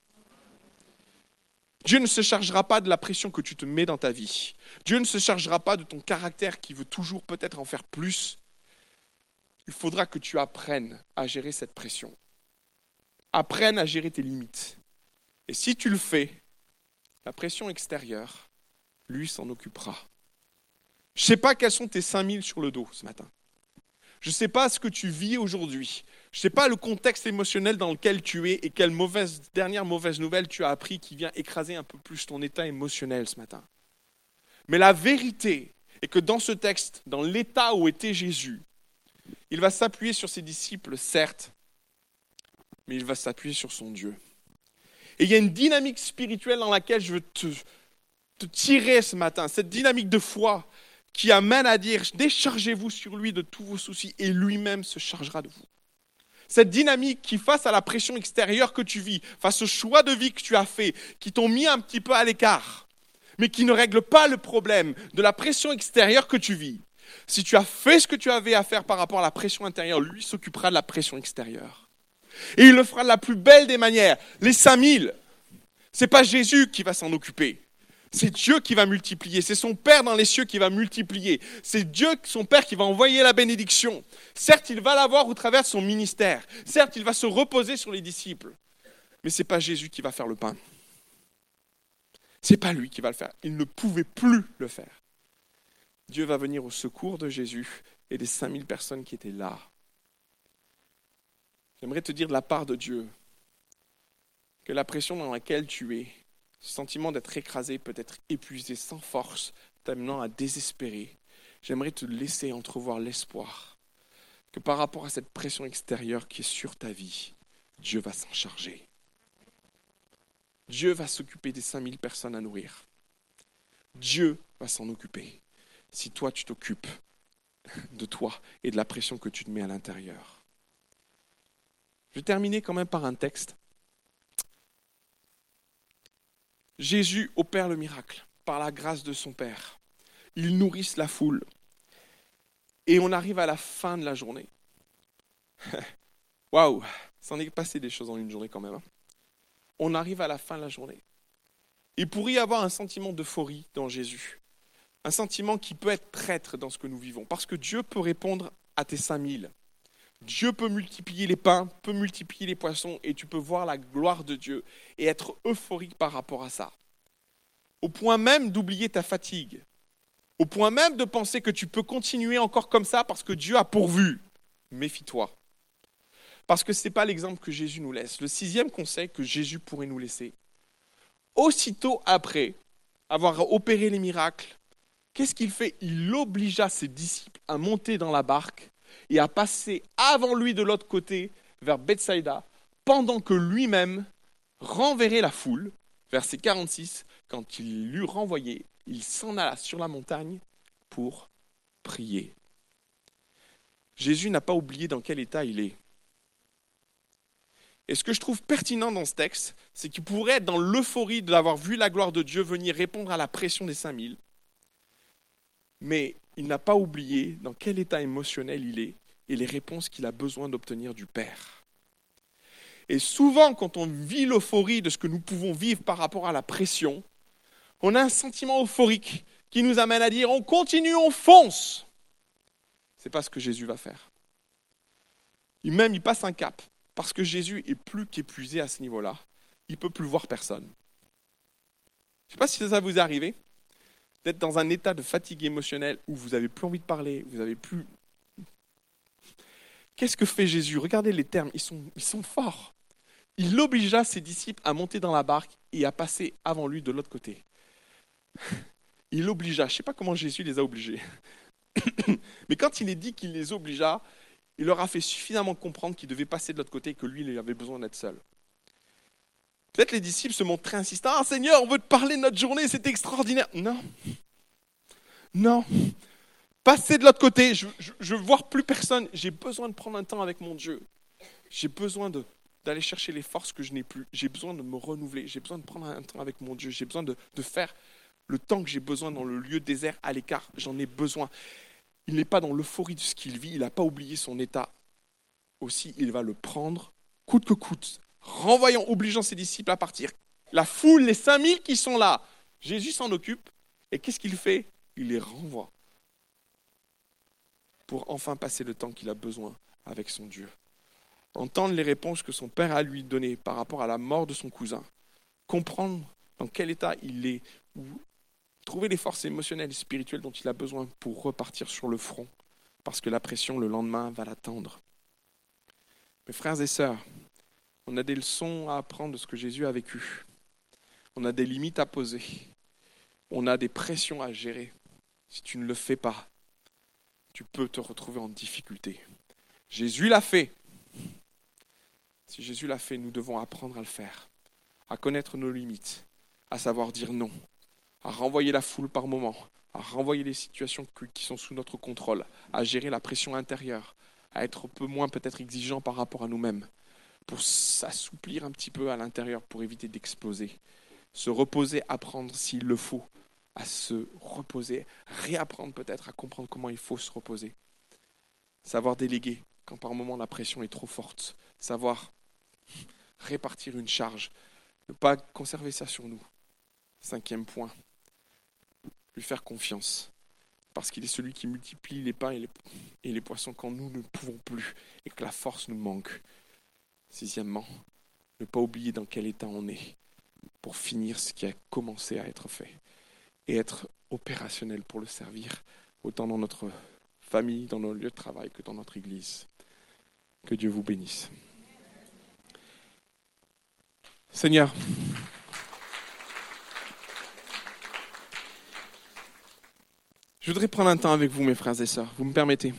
Dieu ne se chargera pas de la pression que tu te mets dans ta vie. Dieu ne se chargera pas de ton caractère qui veut toujours peut-être en faire plus. Il faudra que tu apprennes à gérer cette pression. Apprennes à gérer tes limites. Et si tu le fais, la pression extérieure, lui s'en occupera. Je ne sais pas quels sont tes cinq mille sur le dos ce matin. Je ne sais pas ce que tu vis aujourd'hui. Je ne sais pas le contexte émotionnel dans lequel tu es et quelle mauvaise, dernière mauvaise nouvelle tu as appris qui vient écraser un peu plus ton état émotionnel ce matin. Mais la vérité est que dans ce texte, dans l'état où était Jésus, il va s'appuyer sur ses disciples, certes, mais il va s'appuyer sur son Dieu. Et il y a une dynamique spirituelle dans laquelle je veux te, te tirer ce matin, cette dynamique de foi qui amène à dire « Déchargez-vous sur lui de tous vos soucis et lui-même se chargera de vous ». Cette dynamique qui, face à la pression extérieure que tu vis, face au choix de vie que tu as fait, qui t'ont mis un petit peu à l'écart, mais qui ne règle pas le problème de la pression extérieure que tu vis. Si tu as fait ce que tu avais à faire par rapport à la pression intérieure, lui s'occupera de la pression extérieure. Et il le fera de la plus belle des manières. Les cinq mille, ce n'est pas Jésus qui va s'en occuper. C'est Dieu qui va multiplier. C'est son Père dans les cieux qui va multiplier. C'est Dieu, son Père, qui va envoyer la bénédiction. Certes, il va l'avoir au travers de son ministère. Certes, il va se reposer sur les disciples. Mais ce n'est pas Jésus qui va faire le pain. Ce n'est pas lui qui va le faire. Il ne pouvait plus le faire. Dieu va venir au secours de Jésus et des cinq mille personnes qui étaient là. J'aimerais te dire de la part de Dieu que la pression dans laquelle tu es, ce sentiment d'être écrasé, peut-être épuisé, sans force, t'amenant à désespérer, j'aimerais te laisser entrevoir l'espoir que par rapport à cette pression extérieure qui est sur ta vie, Dieu va s'en charger. Dieu va s'occuper des cinq mille personnes à nourrir. Dieu va s'en occuper si toi tu t'occupes de toi et de la pression que tu te mets à l'intérieur. Je vais terminer quand même par un texte. Jésus opère le miracle par la grâce de son Père. Il nourrisse la foule. Et on arrive à la fin de la journée. Waouh, ça en est passé des choses en une journée quand même. Hein. On arrive à la fin de la journée. Il pourrait y avoir un sentiment d'euphorie dans Jésus. Un sentiment qui peut être traître dans ce que nous vivons. Parce que Dieu peut répondre à tes cinq mille. Dieu peut multiplier les pains, peut multiplier les poissons, et tu peux voir la gloire de Dieu et être euphorique par rapport à ça. Au point même d'oublier ta fatigue. Au point même de penser que tu peux continuer encore comme ça parce que Dieu a pourvu. Méfie-toi. Parce que ce n'est pas l'exemple que Jésus nous laisse. Le sixième conseil que Jésus pourrait nous laisser. Aussitôt après avoir opéré les miracles, qu'est-ce qu'il fait? Il obligea ses disciples à monter dans la barque et à passer avant lui de l'autre côté vers Bethsaïda, pendant que lui-même renverrait la foule. Verset quarante-six, quand il l'eut renvoyé, il s'en alla sur la montagne pour prier. Jésus n'a pas oublié dans quel état il est. Et ce que je trouve pertinent dans ce texte, c'est qu'il pourrait être dans l'euphorie d'avoir vu la gloire de Dieu venir répondre à la pression des cinq mille. Mais il n'a pas oublié dans quel état émotionnel il est et les réponses qu'il a besoin d'obtenir du Père. Et souvent, quand on vit l'euphorie de ce que nous pouvons vivre par rapport à la pression, on a un sentiment euphorique qui nous amène à dire « on continue, on fonce ». Ce n'est pas ce que Jésus va faire. Et même, il passe un cap. Parce que Jésus est plus qu'épuisé à ce niveau-là. Il ne peut plus voir personne. Je ne sais pas si ça vous est arrivé, d'être dans un état de fatigue émotionnelle où vous n'avez plus envie de parler, vous n'avez plus... Qu'est-ce que fait Jésus? Regardez les termes, ils sont, ils sont forts. Il obligea ses disciples à monter dans la barque et à passer avant lui de l'autre côté. Il l'obligea. Je ne sais pas comment Jésus les a obligés. Mais quand il est dit qu'il les obligea, il leur a fait suffisamment comprendre qu'ils devaient passer de l'autre côté et que lui, il avait besoin d'être seul. Peut-être les disciples se montraient insistants. « Ah Seigneur, on veut te parler de notre journée, c'est extraordinaire. » Non. Non. Passez de l'autre côté, je ne veux voir plus personne. J'ai besoin de prendre un temps avec mon Dieu. J'ai besoin de, d'aller chercher les forces que je n'ai plus. J'ai besoin de me renouveler. J'ai besoin de prendre un temps avec mon Dieu. J'ai besoin de, de faire le temps que j'ai besoin dans le lieu désert à l'écart. J'en ai besoin. Il n'est pas dans l'euphorie de ce qu'il vit. Il n'a pas oublié son état. Aussi, il va le prendre coûte que coûte, renvoyant, obligeant ses disciples à partir. La foule, les cinq mille qui sont là, Jésus s'en occupe. Et qu'est-ce qu'il fait? Il les renvoie pour enfin passer le temps qu'il a besoin avec son Dieu. Entendre les réponses que son père a lui données par rapport à la mort de son cousin. Comprendre dans quel état il est, ou trouver les forces émotionnelles et spirituelles dont il a besoin pour repartir sur le front, parce que la pression le lendemain va l'attendre. Mes frères et sœurs, on a des leçons à apprendre de ce que Jésus a vécu. On a des limites à poser. On a des pressions à gérer. Si tu ne le fais pas, tu peux te retrouver en difficulté. Jésus l'a fait. Si Jésus l'a fait, nous devons apprendre à le faire, à connaître nos limites, à savoir dire non, à renvoyer la foule par moment, à renvoyer les situations qui sont sous notre contrôle, à gérer la pression intérieure, à être un peu moins peut-être exigeant par rapport à nous-mêmes, pour s'assouplir un petit peu à l'intérieur, pour éviter d'exploser. Se reposer, apprendre s'il le faut, à se reposer, réapprendre peut-être à comprendre comment il faut se reposer. Savoir déléguer quand par moment la pression est trop forte. Savoir répartir une charge. Ne pas conserver ça sur nous. Cinquième point, lui faire confiance. Parce qu'il est celui qui multiplie les pains et les, et les poissons quand nous ne pouvons plus et que la force nous manque. Sixièmement, ne pas oublier dans quel état on est pour finir ce qui a commencé à être fait et être opérationnel pour le servir, autant dans notre famille, dans nos lieux de travail que dans notre église. Que Dieu vous bénisse. Seigneur, je voudrais prendre un temps avec vous, mes frères et sœurs. Vous me permettez?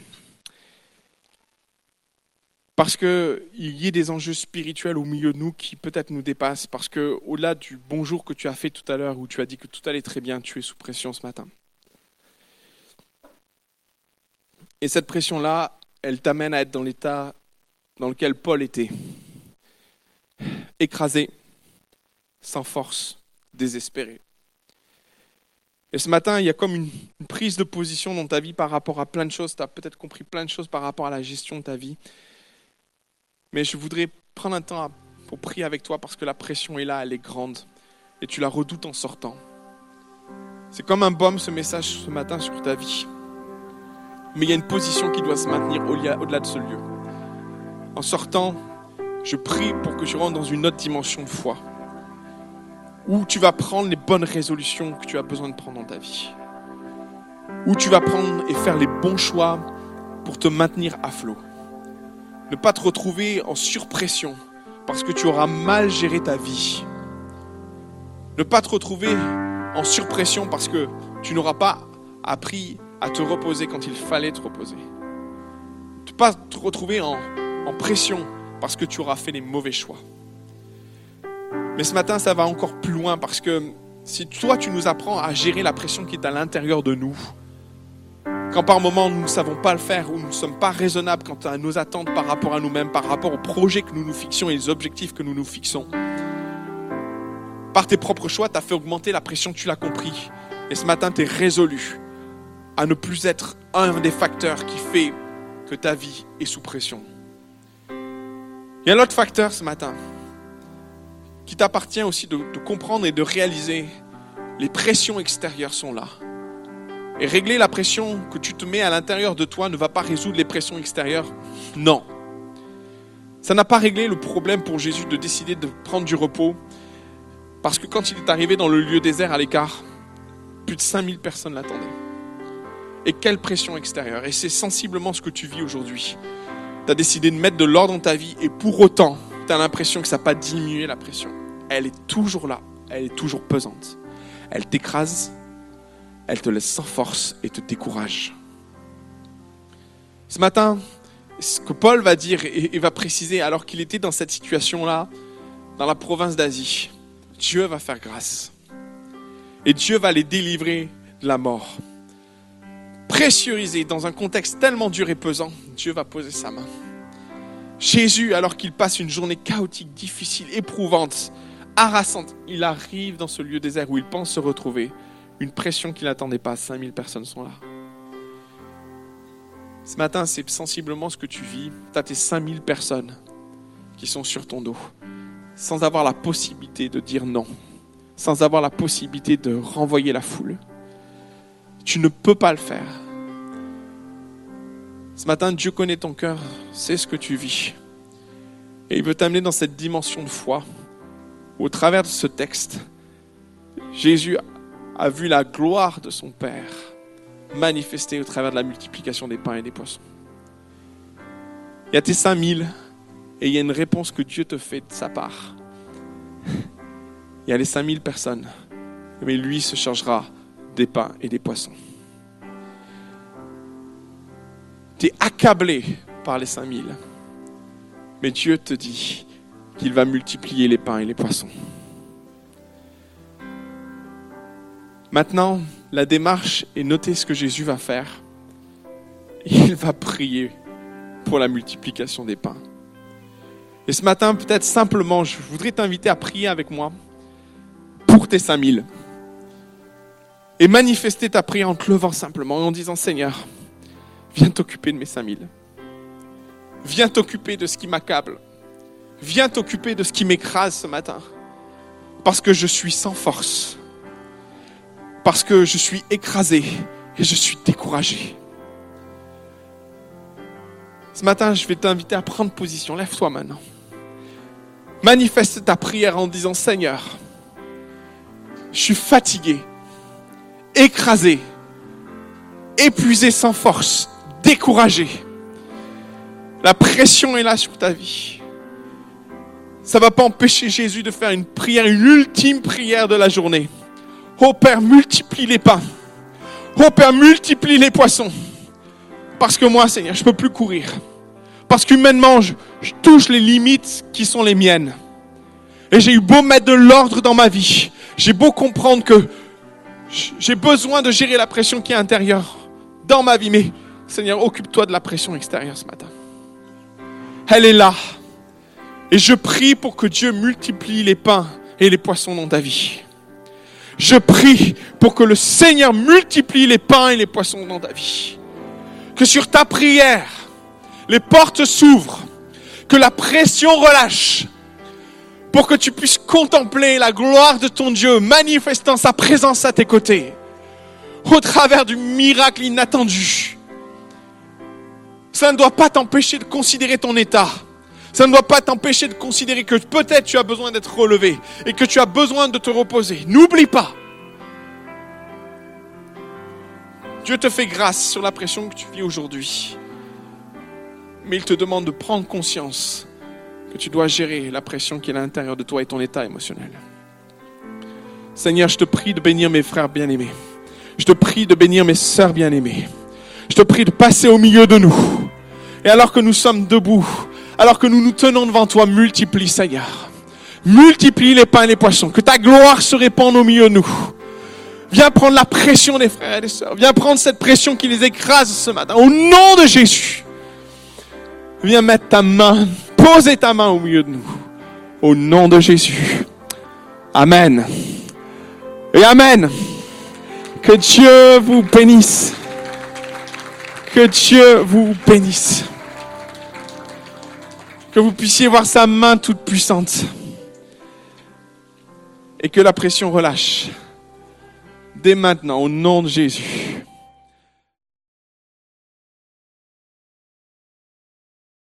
Parce qu'il y a des enjeux spirituels au milieu de nous qui peut-être nous dépassent. Parce qu'au-delà du bonjour que tu as fait tout à l'heure, où tu as dit que tout allait très bien, tu es sous pression ce matin. Et cette pression-là, elle t'amène à être dans l'état dans lequel Paul était. Écrasé, sans force, désespéré. Et ce matin, il y a comme une, une prise de position dans ta vie par rapport à plein de choses. Tu as peut-être compris plein de choses par rapport à la gestion de ta vie. Mais je voudrais prendre un temps pour prier avec toi parce que la pression est là, elle est grande. Et tu la redoutes en sortant. C'est comme un baume ce message ce matin sur ta vie. Mais il y a une position qui doit se maintenir au-delà de ce lieu. En sortant, je prie pour que tu rentres dans une autre dimension de foi. Où tu vas prendre les bonnes résolutions que tu as besoin de prendre dans ta vie. Où tu vas prendre et faire les bons choix pour te maintenir à flot. Ne pas te retrouver en surpression parce que tu auras mal géré ta vie. Ne pas te retrouver en surpression parce que tu n'auras pas appris à te reposer quand il fallait te reposer. Ne pas te retrouver en, en pression parce que tu auras fait les mauvais choix. Mais ce matin, ça va encore plus loin parce que si toi, tu nous apprends à gérer la pression qui est à l'intérieur de nous, quand par moments nous ne savons pas le faire ou nous ne sommes pas raisonnables quant à nos attentes par rapport à nous-mêmes, par rapport aux projets que nous nous fixons et les objectifs que nous nous fixons, par tes propres choix, tu as fait augmenter la pression, tu l'as compris. Et ce matin, tu es résolu à ne plus être un des facteurs qui fait que ta vie est sous pression. Il y a un autre facteur ce matin qui t'appartient aussi de, de comprendre et de réaliser. Les pressions extérieures sont là. Et régler la pression que tu te mets à l'intérieur de toi ne va pas résoudre les pressions extérieures. Non. Ça n'a pas réglé le problème pour Jésus de décider de prendre du repos. Parce que quand il est arrivé dans le lieu désert à l'écart, plus de cinq mille personnes l'attendaient. Et quelle pression extérieure. Et c'est sensiblement ce que tu vis aujourd'hui. Tu as décidé de mettre de l'ordre dans ta vie et pour autant, tu as l'impression que ça n'a pas diminué la pression. Elle est toujours là. Elle est toujours pesante. Elle t'écrase. Elle te laisse sans force et te décourage. Ce matin, ce que Paul va dire et va préciser alors qu'il était dans cette situation-là, dans la province d'Asie, Dieu va faire grâce. Et Dieu va les délivrer de la mort. Pressurisé dans un contexte tellement dur et pesant, Dieu va poser sa main. Jésus, alors qu'il passe une journée chaotique, difficile, éprouvante, harassante, il arrive dans ce lieu désert où il pense se retrouver. Une pression qu'il n'attendait pas, cinq mille personnes sont là. Ce matin, c'est sensiblement ce que tu vis. Tu as tes cinq mille personnes qui sont sur ton dos, sans avoir la possibilité de dire non, sans avoir la possibilité de renvoyer la foule. Tu ne peux pas le faire. Ce matin, Dieu connaît ton cœur, sait ce que tu vis. Et il veut t'amener dans cette dimension de foi, où, au travers de ce texte, Jésus a vu la gloire de son Père manifestée au travers de la multiplication des pains et des poissons. Il y a tes cinq mille et il y a une réponse que Dieu te fait de sa part. Il y a les cinq mille personnes, mais lui se chargera des pains et des poissons. Tu es accablé par les cinq mille, mais Dieu te dit qu'il va multiplier les pains et les poissons. Maintenant, la démarche est noter ce que Jésus va faire. Il va prier pour la multiplication des pains. Et ce matin, peut-être simplement, je voudrais t'inviter à prier avec moi pour tes cinq mille. Et manifester ta prière en te levant simplement en disant « Seigneur, viens t'occuper de mes cinq mille. Viens t'occuper de ce qui m'accable. Viens t'occuper de ce qui m'écrase ce matin. Parce que je suis sans force. Parce que je suis écrasé et je suis découragé. » Ce matin, je vais t'inviter à prendre position. Lève-toi maintenant. Manifeste ta prière en disant « Seigneur, je suis fatigué, écrasé, épuisé sans force, découragé. La pression est là sur ta vie. ça ne va pas empêcher Jésus de faire une prière, une ultime prière de la journée. Oh Père, multiplie les pains. Oh Père, multiplie les poissons. Parce que moi, Seigneur, je ne peux plus courir. Parce qu'humainement, je, je touche les limites qui sont les miennes. Et j'ai eu beau mettre de l'ordre dans ma vie. J'ai beau comprendre que j'ai besoin de gérer la pression qui est intérieure dans ma vie. Mais Seigneur, occupe-toi de la pression extérieure ce matin. Elle est là. Et je prie pour que Dieu multiplie les pains et les poissons dans ta vie. Je prie pour que le Seigneur multiplie les pains et les poissons dans ta vie. Que sur ta prière, les portes s'ouvrent. Que la pression relâche. Pour que tu puisses contempler la gloire de ton Dieu manifestant sa présence à tes côtés. Au travers du miracle inattendu. Ça ne doit pas t'empêcher de considérer ton état. Ça ne doit pas t'empêcher de considérer que peut-être tu as besoin d'être relevé et que tu as besoin de te reposer. N'oublie pas. Dieu te fait grâce sur la pression que tu vis aujourd'hui. Mais il te demande de prendre conscience que tu dois gérer la pression qui est à l'intérieur de toi et ton état émotionnel. Seigneur, je te prie de bénir mes frères bien-aimés. Je te prie de bénir mes sœurs bien-aimées. Je te prie de passer au milieu de nous. Et alors que nous sommes debout, alors que nous nous tenons devant toi, multiplie, Seigneur. Multiplie les pains et les poissons. Que ta gloire se répande au milieu de nous. Viens prendre la pression des frères et des sœurs. Viens prendre cette pression qui les écrase ce matin. Au nom de Jésus. Viens mettre ta main, poser ta main au milieu de nous. Au nom de Jésus. Amen. Et Amen. Que Dieu vous bénisse. Que Dieu vous bénisse. Que vous puissiez voir sa main toute puissante. Et que la pression relâche. Dès maintenant, au nom de Jésus.